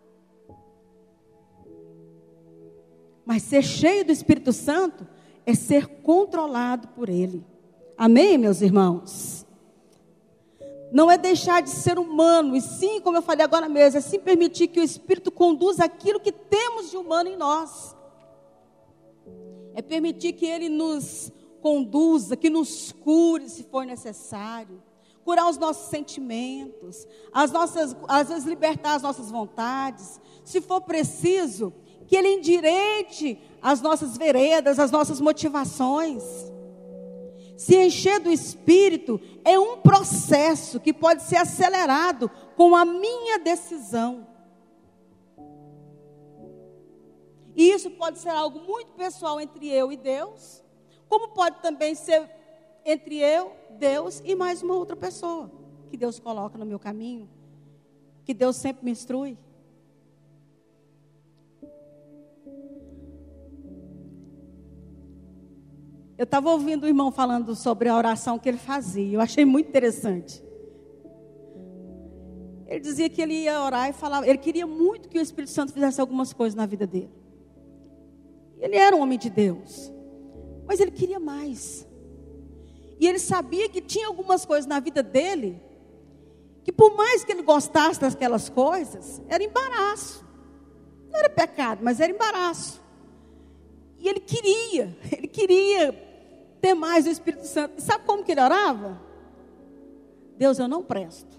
[SPEAKER 1] Mas ser cheio do Espírito Santo é ser controlado por Ele. Amém, meus irmãos? Não é deixar de ser humano, e sim, como eu falei agora mesmo, é sim permitir que o Espírito conduza aquilo que temos de humano em nós. É permitir que Ele nos conduza, que nos cure se for necessário. Curar os nossos sentimentos, as nossas, às vezes libertar as nossas vontades. Se for preciso, que Ele endireite as nossas veredas, as nossas motivações. Se encher do Espírito é um processo que pode ser acelerado com a minha decisão. E isso pode ser algo muito pessoal entre eu e Deus, como pode também ser entre eu, Deus e mais uma outra pessoa que Deus coloca no meu caminho, que Deus sempre me instrui. Eu estava ouvindo o irmão falando sobre a oração que ele fazia. Eu achei muito interessante. Ele dizia que ele ia orar e falava. Ele queria muito que o Espírito Santo fizesse algumas coisas na vida dele. Ele era um homem de Deus, mas ele queria mais. E ele sabia que tinha algumas coisas na vida dele, que por mais que ele gostasse daquelas coisas, era embaraço. Não era pecado, mas era embaraço. E ele queria, ele queria ter mais do Espírito Santo. E sabe como que ele orava? Deus, eu não presto.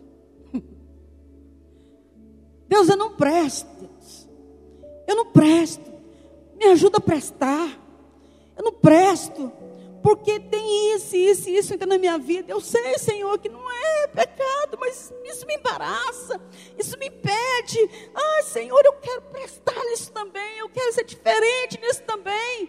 [SPEAKER 1] Deus, eu não presto, Deus. Eu não presto. Me ajuda a prestar. Eu não presto. Porque tem isso, isso, isso na minha vida. Eu sei, Senhor, que não é pecado, mas isso me embaraça. Isso me impede. Ah, Senhor, eu quero prestar nisso também. Eu quero ser diferente nisso também.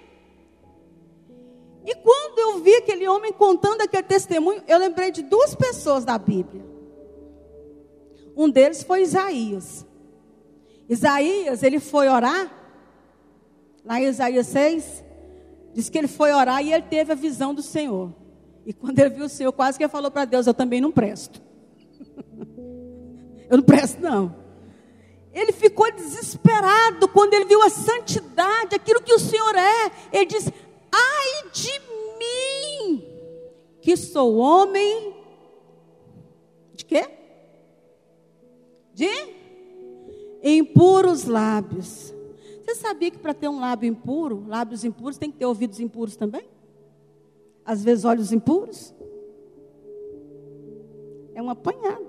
[SPEAKER 1] E quando eu vi aquele homem contando aquele testemunho, eu lembrei de duas pessoas da Bíblia. Um deles foi Isaías. Isaías, ele foi orar. Lá em Isaías seis, diz que ele foi orar e ele teve a visão do Senhor. E quando ele viu o Senhor, quase que ele falou para Deus, eu também não presto. Eu não presto não. Ele ficou desesperado quando ele viu a santidade, aquilo que o Senhor é. Ele disse, ai de mim, que sou homem, de quê? De impuros lábios. Você sabia que para ter um lábio impuro, lábios impuros, tem que ter ouvidos impuros também? Às vezes olhos impuros. É um apanhado.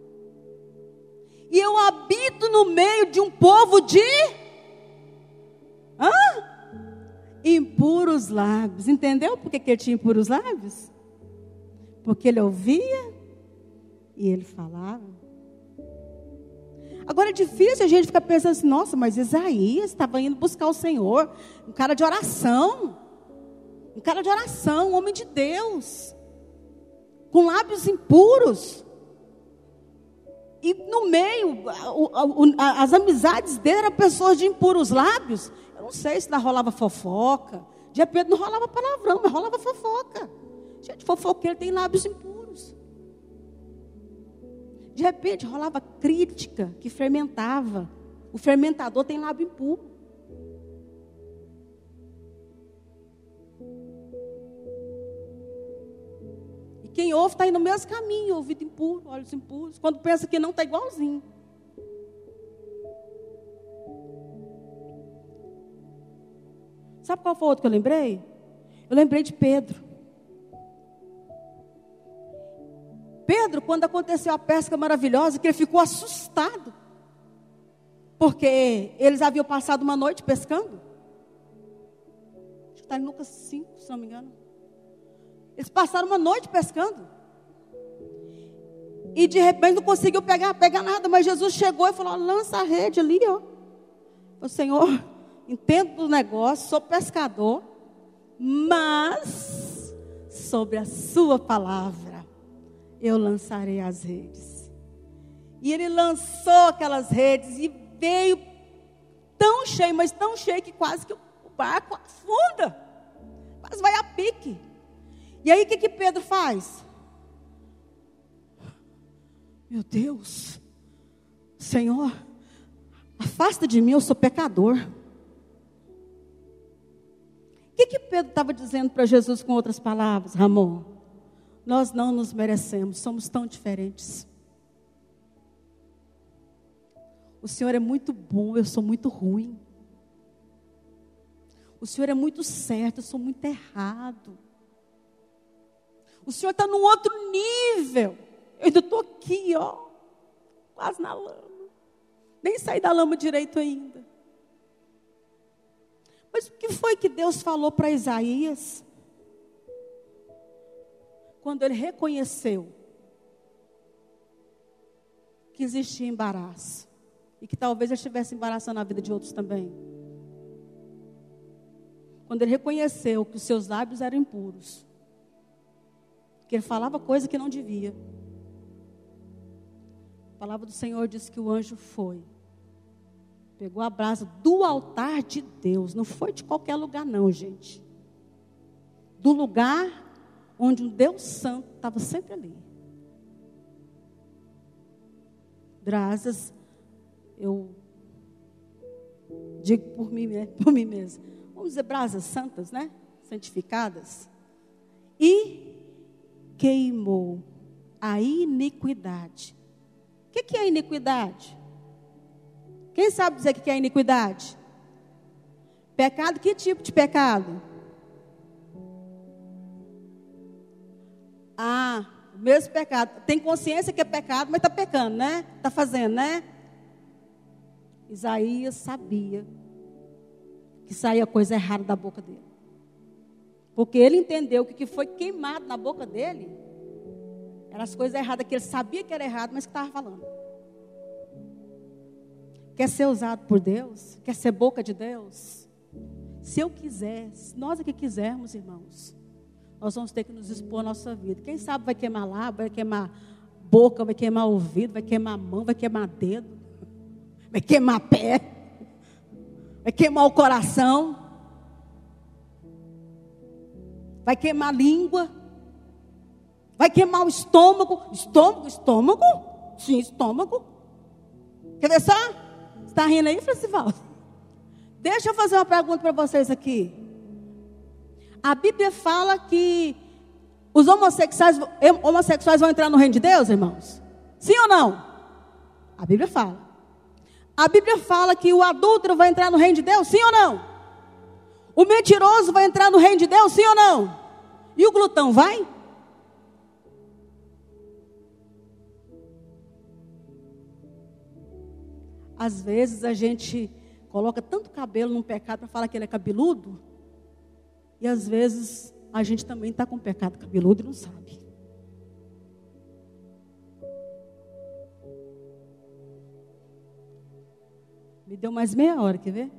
[SPEAKER 1] E eu habito no meio de um povo de hã? Impuros lábios. Entendeu por que ele tinha impuros lábios? Porque ele ouvia e ele falava. Agora é difícil a gente ficar pensando assim, nossa, mas Isaías estava indo buscar o Senhor, um cara de oração, um cara de oração, um homem de Deus, com lábios impuros, e no meio, o, o, as amizades dele eram pessoas de impuros lábios. Eu não sei se lá rolava fofoca, de repente não rolava palavrão, mas rolava fofoca. Gente, fofoqueiro tem lábios impuros. De repente rolava crítica que fermentava. O fermentador tem lábio impuro. E quem ouve está indo no mesmo caminho, ouvido impuro, olhos impuros. Quando pensa que não, está igualzinho. Sabe qual foi o outro que eu lembrei? Eu lembrei de Pedro. Pedro, quando aconteceu a pesca maravilhosa, que ele ficou assustado. Porque eles haviam passado uma noite pescando. Acho que está em Lucas cinco, se não me engano. Eles passaram uma noite pescando. E de repente não conseguiu pegar, pegar nada. Mas Jesus chegou e falou, lança a rede ali, ó. O Senhor, entendo do negócio, sou pescador. Mas, sobre a sua palavra, eu lançarei as redes. E ele lançou aquelas redes e veio tão cheio, mas tão cheio que quase que o barco afunda. Quase vai a pique. E aí o que que Pedro faz? Meu Deus, Senhor, afasta de mim, eu sou pecador. O que que Pedro estava dizendo para Jesus com outras palavras, Ramon? Nós não nos merecemos, somos tão diferentes. O Senhor é muito bom, eu sou muito ruim. O Senhor é muito certo, eu sou muito errado. O Senhor está num outro nível. Eu ainda estou aqui, ó, quase na lama. Nem saí da lama direito ainda. Mas o que foi que Deus falou para Isaías? Quando ele reconheceu que existia embaraço. E que talvez ele estivesse embaraçando a vida de outros também. Quando ele reconheceu que os seus lábios eram impuros. Que ele falava coisa que não devia. A palavra do Senhor diz que o anjo foi. Pegou a brasa do altar de Deus. Não foi de qualquer lugar não, gente. Do lugar onde um Deus santo estava sempre ali. Brasas, eu digo por mim, por mim mesma. Vamos dizer brasas santas, né? Santificadas. E queimou a iniquidade. O que, que é iniquidade? Quem sabe dizer o que é iniquidade? Pecado, que tipo de pecado? Ah, o mesmo pecado. Tem consciência que é pecado, mas está pecando, né? Está fazendo, né? Isaías sabia que saía coisa errada da boca dele. Porque ele entendeu que o que foi queimado na boca dele eram as coisas erradas que ele sabia que era errado, mas que estava falando. Quer ser usado por Deus? Quer ser boca de Deus? Se eu quiser, se nós aqui quisermos, irmãos, nós vamos ter que nos expor a nossa vida. Quem sabe vai queimar lábio, vai queimar boca, vai queimar ouvido, vai queimar mão, vai queimar dedo, vai queimar pé, vai queimar o coração, vai queimar a língua, vai queimar o estômago. Estômago, estômago? Sim, estômago. Quer ver só? Você está rindo aí, Francivaldo? Deixa eu fazer uma pergunta para vocês aqui. A Bíblia fala que os homossexuais, homossexuais vão entrar no reino de Deus, irmãos? Sim ou não? A Bíblia fala. A Bíblia fala que o adúltero vai entrar no reino de Deus? Sim ou não? O mentiroso vai entrar no reino de Deus? Sim ou não? E o glutão vai? Às vezes a gente coloca tanto cabelo num pecado para falar que ele é cabeludo. E às vezes a gente também está com pecado cabeludo e não sabe. Me deu mais meia hora, quer ver?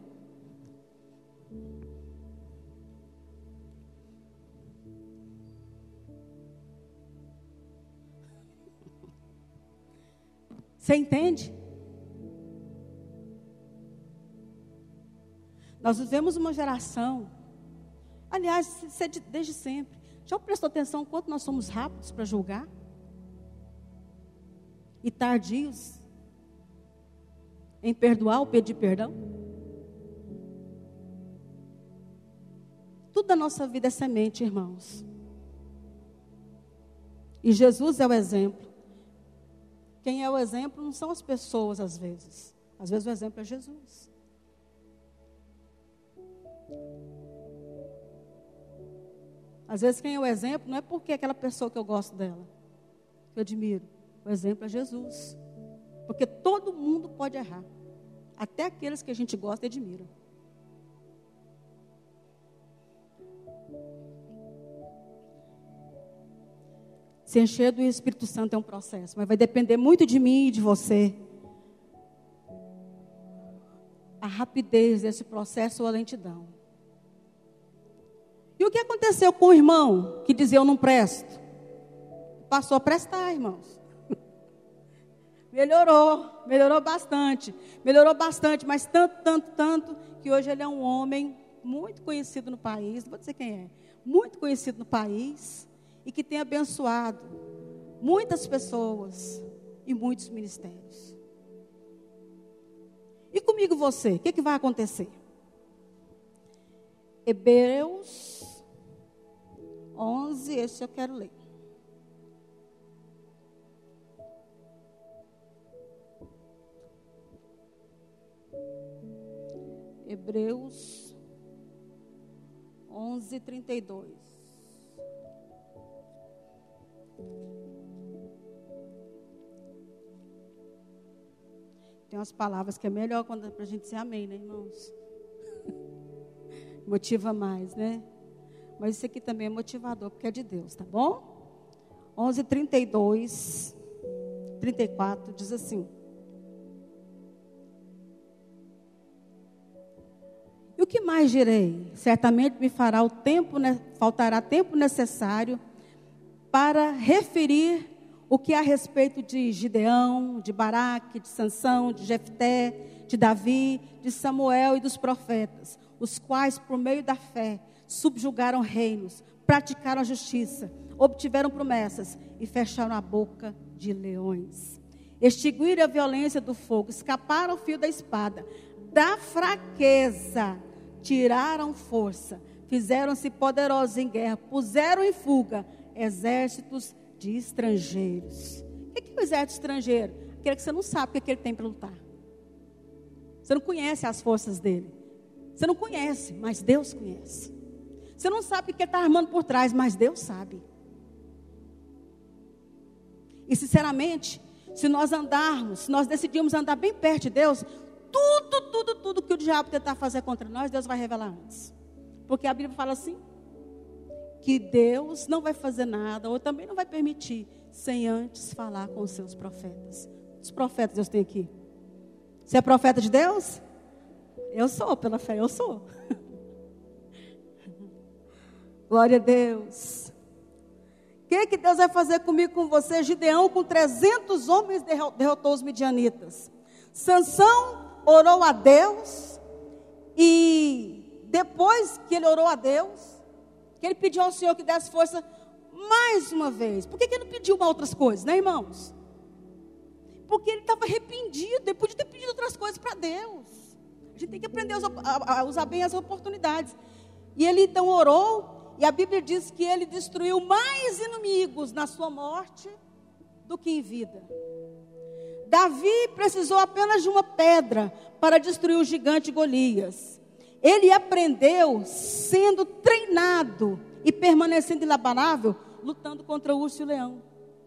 [SPEAKER 1] Você entende? Nós vivemos uma geração, aliás, isso é de, desde sempre. Já prestou atenção quanto nós somos rápidos para julgar? E tardios em perdoar ou pedir perdão? Tudo da nossa vida é semente, irmãos. E Jesus é o exemplo. Quem é o exemplo não são as pessoas, às vezes. Às vezes o exemplo é Jesus. Às vezes quem é o exemplo não é porque é aquela pessoa que eu gosto dela, que eu admiro. O exemplo é Jesus. Porque todo mundo pode errar. Até aqueles que a gente gosta e admira. Se encher do Espírito Santo é um processo, mas vai depender muito de mim e de você. A rapidez desse processo ou a lentidão. E o que aconteceu com o irmão que dizia eu não presto? Passou a prestar, irmãos. Melhorou, melhorou bastante. Melhorou bastante, mas tanto, tanto, tanto, que hoje ele é um homem muito conhecido no país. Não vou dizer quem é. Muito conhecido no país. E que tem abençoado muitas pessoas e muitos ministérios. E comigo você, o que, que vai acontecer? Hebreus onze, esse eu quero ler. Hebreus onze e trinta e dois. Tem umas palavras que é melhor quando para a gente dizer amém, né, irmãos? Motiva mais, né? Mas isso aqui também é motivador, porque é de Deus, tá bom? onze, trinta e dois, trinta e quatro, diz assim: e o que mais direi? Certamente me fará o tempo, faltará tempo necessário para referir o que há a respeito de Gideão, de Baraque, de Sansão, de Jefté, de Davi, de Samuel e dos profetas, os quais, por meio da fé, subjugaram reinos, praticaram a justiça, obtiveram promessas e fecharam a boca de leões. Extinguiram a violência do fogo, escaparam ao fio da espada, da fraqueza tiraram força, fizeram-se poderosos em guerra, puseram em fuga exércitos de estrangeiros. O que é o exército estrangeiro? Aquele que você não sabe o que, é que ele tem para lutar. Você não conhece as forças dele. Você não conhece, mas Deus conhece. Você não sabe o que ele está armando por trás, mas Deus sabe. E sinceramente, se nós andarmos, se nós decidirmos andar bem perto de Deus, tudo, tudo, tudo que o diabo tentar fazer contra nós, Deus vai revelar antes. Porque a Bíblia fala assim, que Deus não vai fazer nada, ou também não vai permitir, sem antes falar com os seus profetas. Os profetas Deus tem aqui. Você é profeta de Deus? Eu sou, pela fé, eu sou. Glória a Deus. O que, que Deus vai fazer comigo, com você? Gideão, com trezentos homens, derrotou os midianitas. Sansão orou a Deus, e depois que ele orou a Deus, que ele pediu ao Senhor que desse força mais uma vez. Por que, que ele não pediu uma outras coisas, né, irmãos? Porque ele estava arrependido, ele podia ter pedido outras coisas para Deus. A gente tem que aprender a usar bem as oportunidades. E ele então orou, e a Bíblia diz que ele destruiu mais inimigos na sua morte do que em vida. Davi precisou apenas de uma pedra para destruir o gigante Golias. Ele aprendeu sendo treinado e permanecendo inabalável, lutando contra o urso e o leão.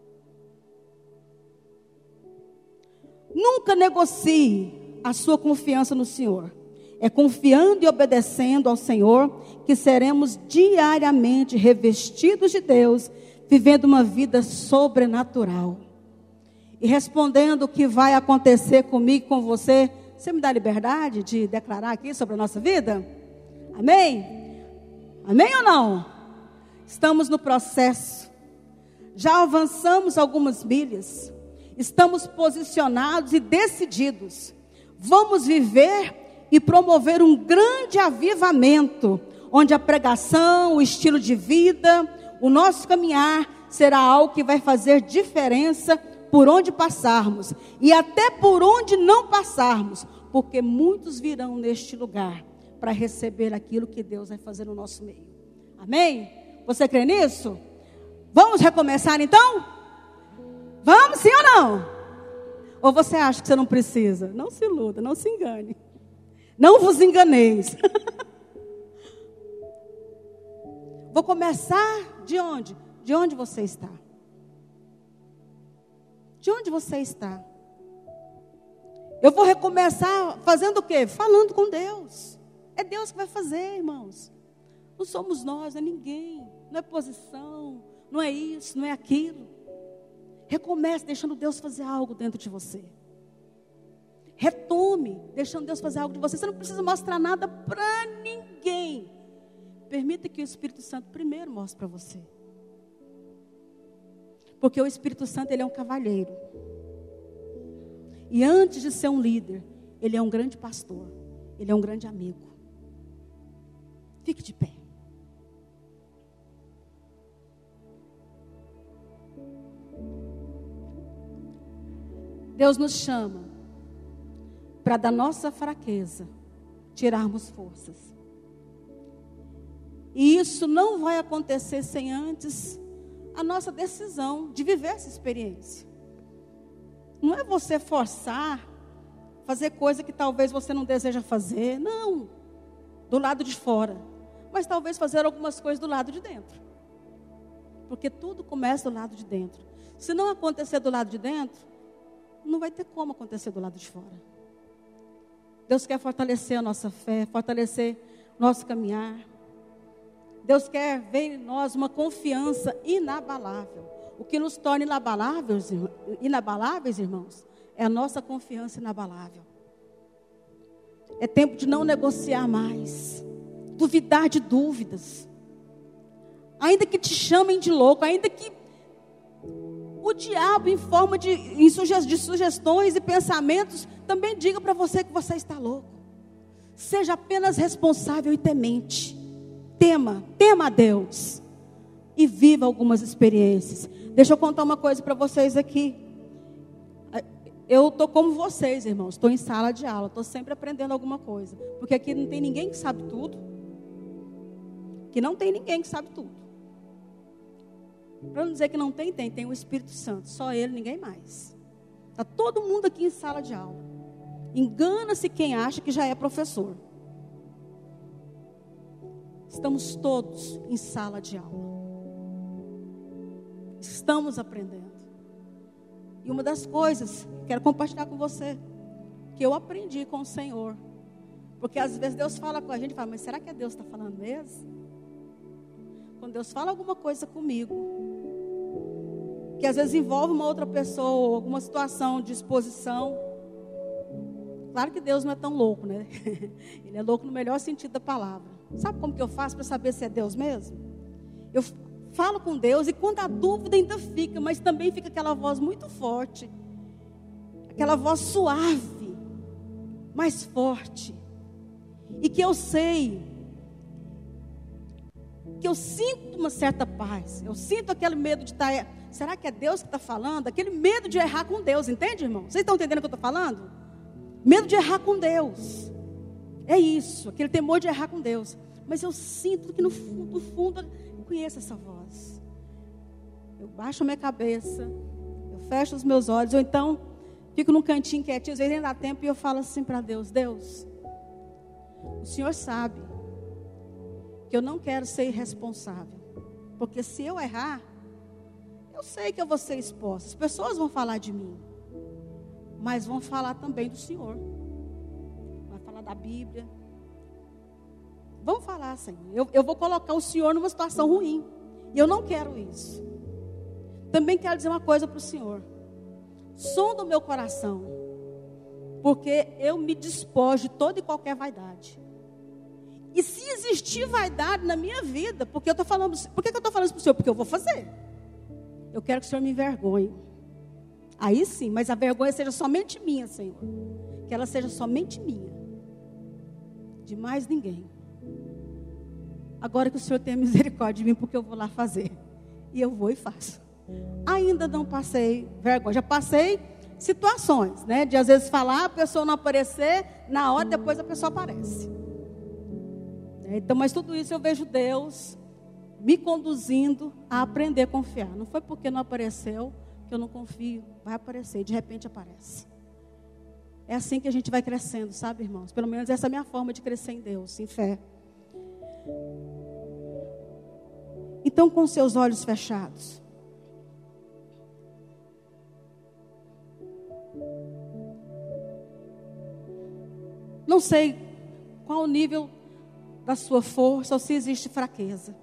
[SPEAKER 1] Nunca negocie a sua confiança no Senhor. É confiando e obedecendo ao Senhor que seremos diariamente revestidos de Deus, vivendo uma vida sobrenatural. E respondendo o que vai acontecer comigo e com você, você me dá liberdade de declarar aqui sobre a nossa vida? Amém? Amém ou não? Estamos no processo. Já avançamos algumas milhas. Estamos posicionados e decididos. Vamos viver e promover um grande avivamento, onde a pregação, o estilo de vida, o nosso caminhar será algo que vai fazer diferença por onde passarmos e até por onde não passarmos, porque muitos virão neste lugar para receber aquilo que Deus vai fazer no nosso meio. Amém? Você crê nisso? Vamos recomeçar então? Vamos, sim ou não? Ou você acha que você não precisa? Não se iluda, não se engane. Não vos enganeis. Vou começar de onde? De onde você está? De onde você está? Eu vou recomeçar fazendo o quê? Falando com Deus. É Deus que vai fazer, irmãos. Não somos nós, é ninguém. Não é posição, não é isso, não é aquilo. Recomece deixando Deus fazer algo dentro de você. Retome, deixando Deus fazer algo de você. Você não precisa mostrar nada para ninguém. Permita que o Espírito Santo primeiro mostre para você. Porque o Espírito Santo, ele é um cavalheiro. E antes de ser um líder, ele é um grande pastor. Ele é um grande amigo. Fique de pé. Deus nos chama para da nossa fraqueza tirarmos forças. E isso não vai acontecer sem antes a nossa decisão de viver essa experiência. Não é você forçar, fazer coisa que talvez você não deseja fazer, não, do lado de fora. mas talvez fazer algumas coisas do lado de dentro. Porque tudo começa do lado de dentro. Se não acontecer do lado de dentro, não vai ter como acontecer do lado de fora. Deus quer fortalecer a nossa fé, fortalecer o nosso caminhar. Deus quer ver em nós uma confiança inabalável. O que nos torna inabaláveis, inabaláveis, irmãos, é a nossa confiança inabalável. É tempo de não negociar mais, duvidar de dúvidas. Ainda que te chamem de louco, ainda que o diabo, em forma de, em suge, de sugestões e pensamentos, também diga para você que você está louco. Seja apenas responsável e temente. Tema, tema a Deus. E viva algumas experiências. Deixa eu contar uma coisa para vocês aqui. Eu estou como vocês, irmãos. Estou em sala de aula. Estou sempre aprendendo alguma coisa. Porque aqui não tem ninguém que sabe tudo. Que não tem ninguém que sabe tudo. Para não dizer que não tem, tem. Tem o Espírito Santo. Só Ele, ninguém mais. Está todo mundo aqui em sala de aula. Engana-se quem acha que já é professor. Estamos todos em sala de aula. Estamos aprendendo. E uma das coisas que quero compartilhar com você, que eu aprendi com o Senhor. Porque às vezes Deus fala com a gente e fala, mas será que é Deus que está falando mesmo? Quando Deus fala alguma coisa comigo, que às vezes envolve uma outra pessoa, alguma situação de exposição. Claro que Deus não é tão louco, né? Ele é louco no melhor sentido da palavra. Sabe como que eu faço para saber se é Deus mesmo? Eu falo com Deus e quando a dúvida ainda fica, mas também fica aquela voz muito forte. Aquela voz suave, mais forte. E que eu sei, que eu sinto uma certa paz. Eu sinto aquele medo de estar... Será que é Deus que está falando? Aquele medo de errar com Deus, entende, irmão? Vocês estão entendendo o que eu estou falando? Medo de errar com Deus. É isso, aquele temor de errar com Deus. Mas eu sinto que no fundo, no fundo eu conheço essa voz. Eu baixo a minha cabeça, eu fecho os meus olhos, ou então fico num cantinho quietinho, às vezes nem dá tempo, e eu falo assim para Deus, Deus, o Senhor sabe que eu não quero ser irresponsável. Porque se eu errar, eu sei que eu vou ser exposta. As pessoas vão falar de mim, mas vão falar também do Senhor. Vai falar da Bíblia. Vão falar, Senhor. Eu, eu vou colocar o Senhor numa situação ruim. E eu não quero isso. Também quero dizer uma coisa para o Senhor. Sonda o meu coração. Porque eu me despojo de toda e qualquer vaidade. E se existir vaidade na minha vida, porque eu estou falando, por que eu estou falando isso para o Senhor? Porque eu vou fazer. Eu quero que o Senhor me envergonhe. Aí sim, mas a vergonha seja somente minha, Senhor. Que ela seja somente minha. De mais ninguém. Agora que o Senhor tenha misericórdia de mim, porque eu vou lá fazer. E eu vou e faço. Ainda não passei vergonha. Já passei situações, né? De às vezes falar, a pessoa não aparecer, na hora depois a pessoa aparece. Então, mas tudo isso eu vejo Deus me conduzindo a aprender a confiar. Não foi porque não apareceu que eu não confio. Vai aparecer, de repente aparece. É assim que a gente vai crescendo, sabe, irmãos? Pelo menos essa é a minha forma de crescer em Deus, em fé. Então, com seus olhos fechados, não sei qual o nível da sua força ou se existe fraqueza.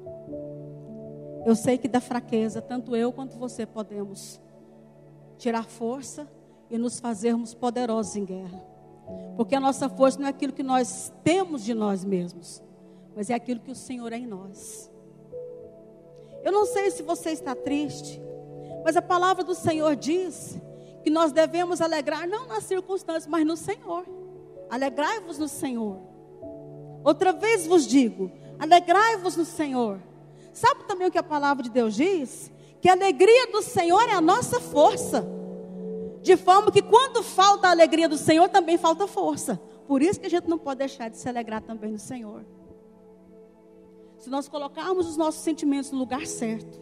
[SPEAKER 1] Eu sei que da fraqueza, tanto eu quanto você podemos tirar força e nos fazermos poderosos em guerra. Porque a nossa força não é aquilo que nós temos de nós mesmos, mas é aquilo que o Senhor é em nós. Eu não sei se você está triste, mas a palavra do Senhor diz que nós devemos alegrar não nas circunstâncias, mas no Senhor. Alegrai-vos no Senhor. Outra vez vos digo, alegrai-vos no Senhor. Sabe também o que a palavra de Deus diz? Que a alegria do Senhor é a nossa força. De forma que quando falta a alegria do Senhor, também falta força. Por isso que a gente não pode deixar de se alegrar também no Senhor. Se nós colocarmos os nossos sentimentos no lugar certo,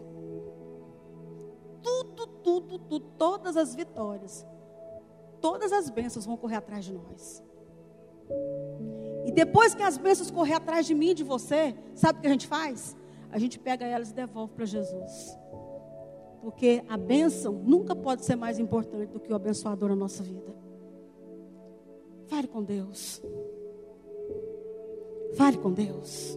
[SPEAKER 1] tudo, tudo, tudo, todas as vitórias, todas as bênçãos vão correr atrás de nós. E depois que as bênçãos correr atrás de mim e de você, sabe o que a gente faz? A gente pega elas e devolve para Jesus. Porque a bênção nunca pode ser mais importante do que o abençoador na nossa vida. Fale com Deus. Fale com Deus.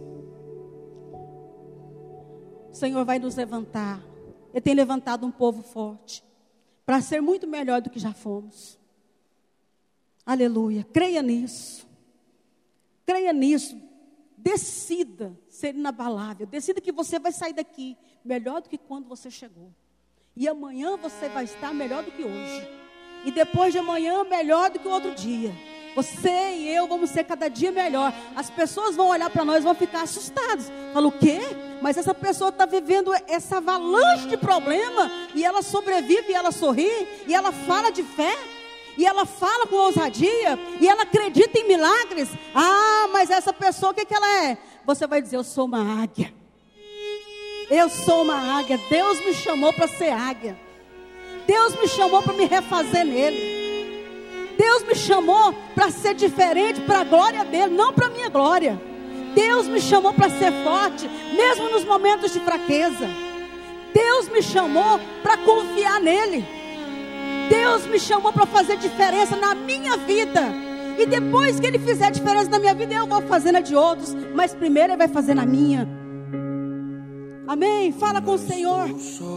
[SPEAKER 1] O Senhor vai nos levantar. Ele tem levantado um povo forte para ser muito melhor do que já fomos. Aleluia. Creia nisso. Creia nisso. Decida ser inabalável. Decida que você vai sair daqui melhor do que quando você chegou. E amanhã você vai estar melhor do que hoje. E depois de amanhã melhor do que o outro dia. Você e eu vamos ser cada dia melhor. As pessoas vão olhar para nós e vão ficar assustadas. Falam, o quê? Mas essa pessoa está vivendo essa avalanche de problema. E ela sobrevive, e ela sorri. E ela fala de fé. E ela fala com ousadia. E ela acredita em milagres. Ah, mas essa pessoa, o que, que ela é? Você vai dizer, eu sou uma águia. Eu sou uma águia. Deus me chamou para ser águia. Deus me chamou para me refazer nele. Deus me chamou para ser diferente, para a glória dele, não para a minha glória. Deus me chamou para ser forte, mesmo nos momentos de fraqueza. Deus me chamou para confiar nele. Deus me chamou para fazer diferença na minha vida. E depois que ele fizer diferença na minha vida, eu vou fazer na de outros. Mas primeiro ele vai fazer na minha. Amém? Fala com o Senhor.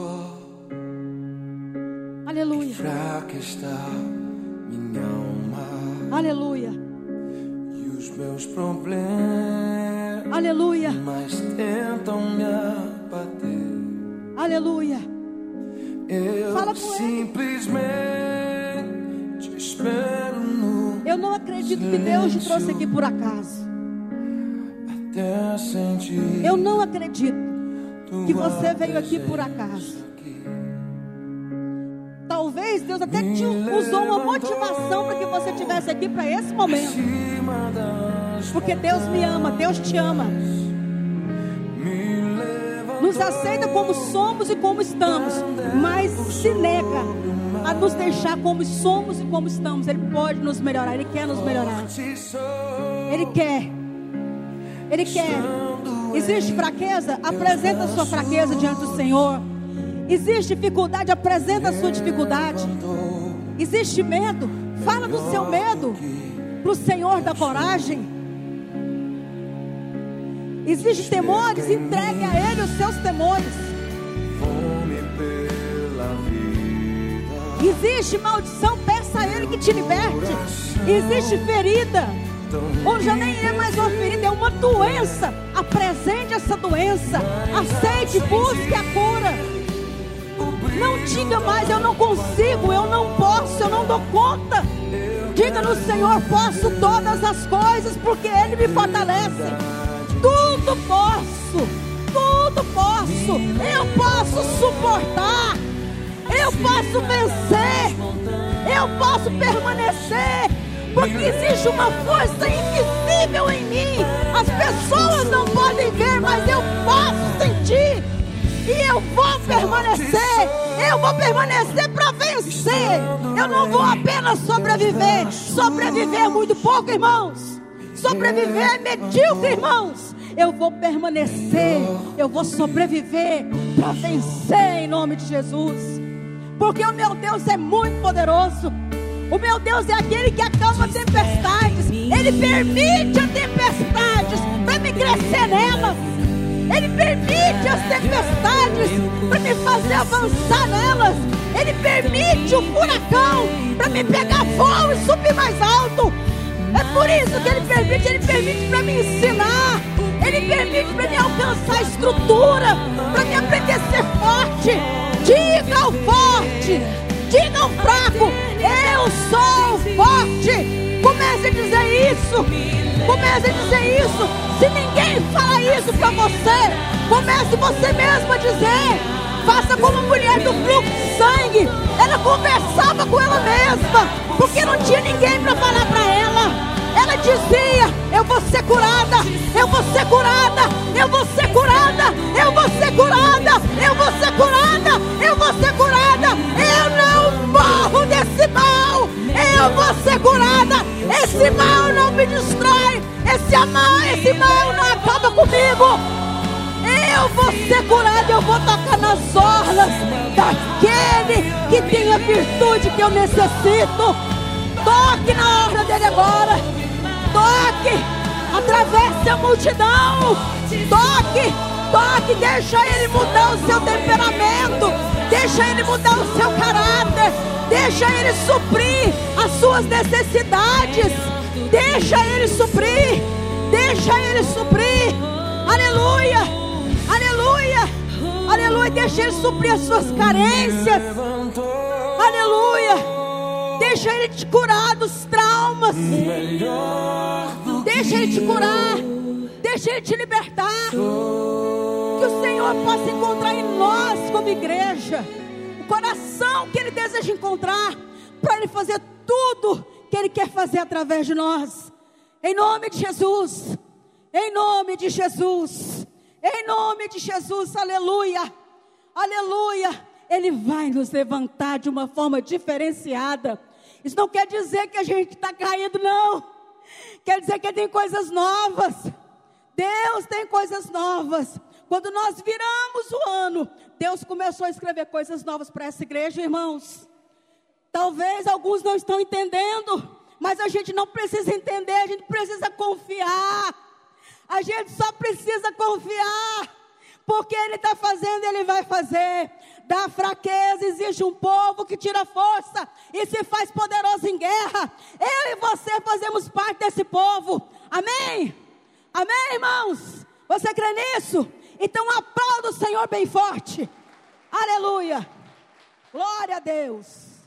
[SPEAKER 1] Aleluia.
[SPEAKER 2] Fraca está minha alma.
[SPEAKER 1] Aleluia.
[SPEAKER 2] E os meus problemas,
[SPEAKER 1] aleluia,
[SPEAKER 2] mas tentam me abater.
[SPEAKER 1] Aleluia.
[SPEAKER 2] Eu
[SPEAKER 1] Fala com
[SPEAKER 2] simplesmente ele. espero no
[SPEAKER 1] Eu não acredito que Deus te trouxe aqui por acaso.
[SPEAKER 2] Até sentir
[SPEAKER 1] Eu não acredito que você veio aqui por acaso. Talvez Deus até te usou uma motivação para que você estivesse aqui para esse momento. Porque Deus me ama, Deus te ama. Nos aceita como somos e como estamos, mas se nega a nos deixar como somos e como estamos. Ele pode nos melhorar, Ele quer nos melhorar. Ele quer. Ele quer. Existe fraqueza? Apresenta a sua fraqueza diante do Senhor. Existe dificuldade? Apresenta a sua dificuldade. Existe medo? Fala do seu medo para o Senhor da coragem. Existe temores? Entregue a Ele os seus temores. Existe maldição? Peça a Ele que te liberte. Existe ferida, ou já nem é mais uma ferida, é uma doença. Apresente essa doença. Aceite, busque a cura. Não diga mais, eu não consigo, eu não posso, eu não dou conta. Diga no Senhor, posso todas as coisas, porque Ele me fortalece. Tudo posso, tudo posso. Eu posso suportar. Eu posso vencer. Eu posso permanecer. Porque existe uma força invisível em mim. As pessoas não podem ver, mas eu posso sentir. E eu vou permanecer. Eu vou permanecer para vencer. Eu não vou apenas sobreviver. Sobreviver é muito pouco, irmãos. Sobreviver é medíocre, irmãos. Eu vou permanecer. Eu vou sobreviver para vencer em nome de Jesus. Porque o meu Deus é muito poderoso. O meu Deus é aquele que acalma tempestades. Ele permite as tempestades para me crescer nelas. Ele permite as tempestades para me fazer avançar nelas. Ele permite o furacão para me pegar voo e subir mais alto. É por isso que Ele permite. Ele permite para me ensinar. Ele permite para me alcançar estrutura, para me aprender a ser forte. Diga ao forte, diga ao fraco, eu sou forte. Comece a dizer isso. Comece a dizer isso. Se ninguém fala isso para você, comece você mesmo a dizer. Faça como a mulher do fluxo de sangue. Ela conversava com ela mesma, porque não tinha ninguém para falar para ela. Ela dizia, eu vou ser curada, eu vou ser curada, eu vou ser curada, eu vou ser curada, eu vou ser curada, eu vou ser curada. Eu não morro desse mal, eu vou ser curada. Esse mal não me destrói, Esse mal, esse mal não acaba comigo. Eu vou ser curado, eu vou tocar nas orlas daquele que tem a virtude que eu necessito. Toque na orla dele agora. Toque, atravesse a multidão. Toque, toque, deixa ele mudar o seu temperamento. Deixa ele mudar o seu caráter. Deixa ele suprir as suas necessidades. Deixa ele suprir. Deixa ele suprir. Aleluia, aleluia, aleluia. Deixa ele suprir as suas carências. Aleluia. Deixa ele te curar dos traumas. Deixa ele te curar. Deixa ele te libertar. Que o Senhor possa encontrar em nós como igreja o coração que Ele deseja encontrar, para Ele fazer tudo que Ele quer fazer através de nós. Em nome de Jesus. Em nome de Jesus. Em nome de Jesus. Aleluia. Aleluia. Ele vai nos levantar de uma forma diferenciada. Isso não quer dizer que a gente está caído, não. Quer dizer que tem coisas novas. Deus tem coisas novas. Quando nós viramos o ano, Deus começou a escrever coisas novas para essa igreja, irmãos. Talvez alguns não estão entendendo, mas a gente não precisa entender, a gente precisa confiar. A gente só precisa confiar, porque Ele está fazendo, Ele vai fazer. Da fraqueza existe um povo que tira força e se faz poderoso em guerra. Eu e você fazemos parte desse povo. Amém? Amém, irmãos? Você crê nisso? Então aplauda o Senhor bem forte. Aleluia. Glória a Deus.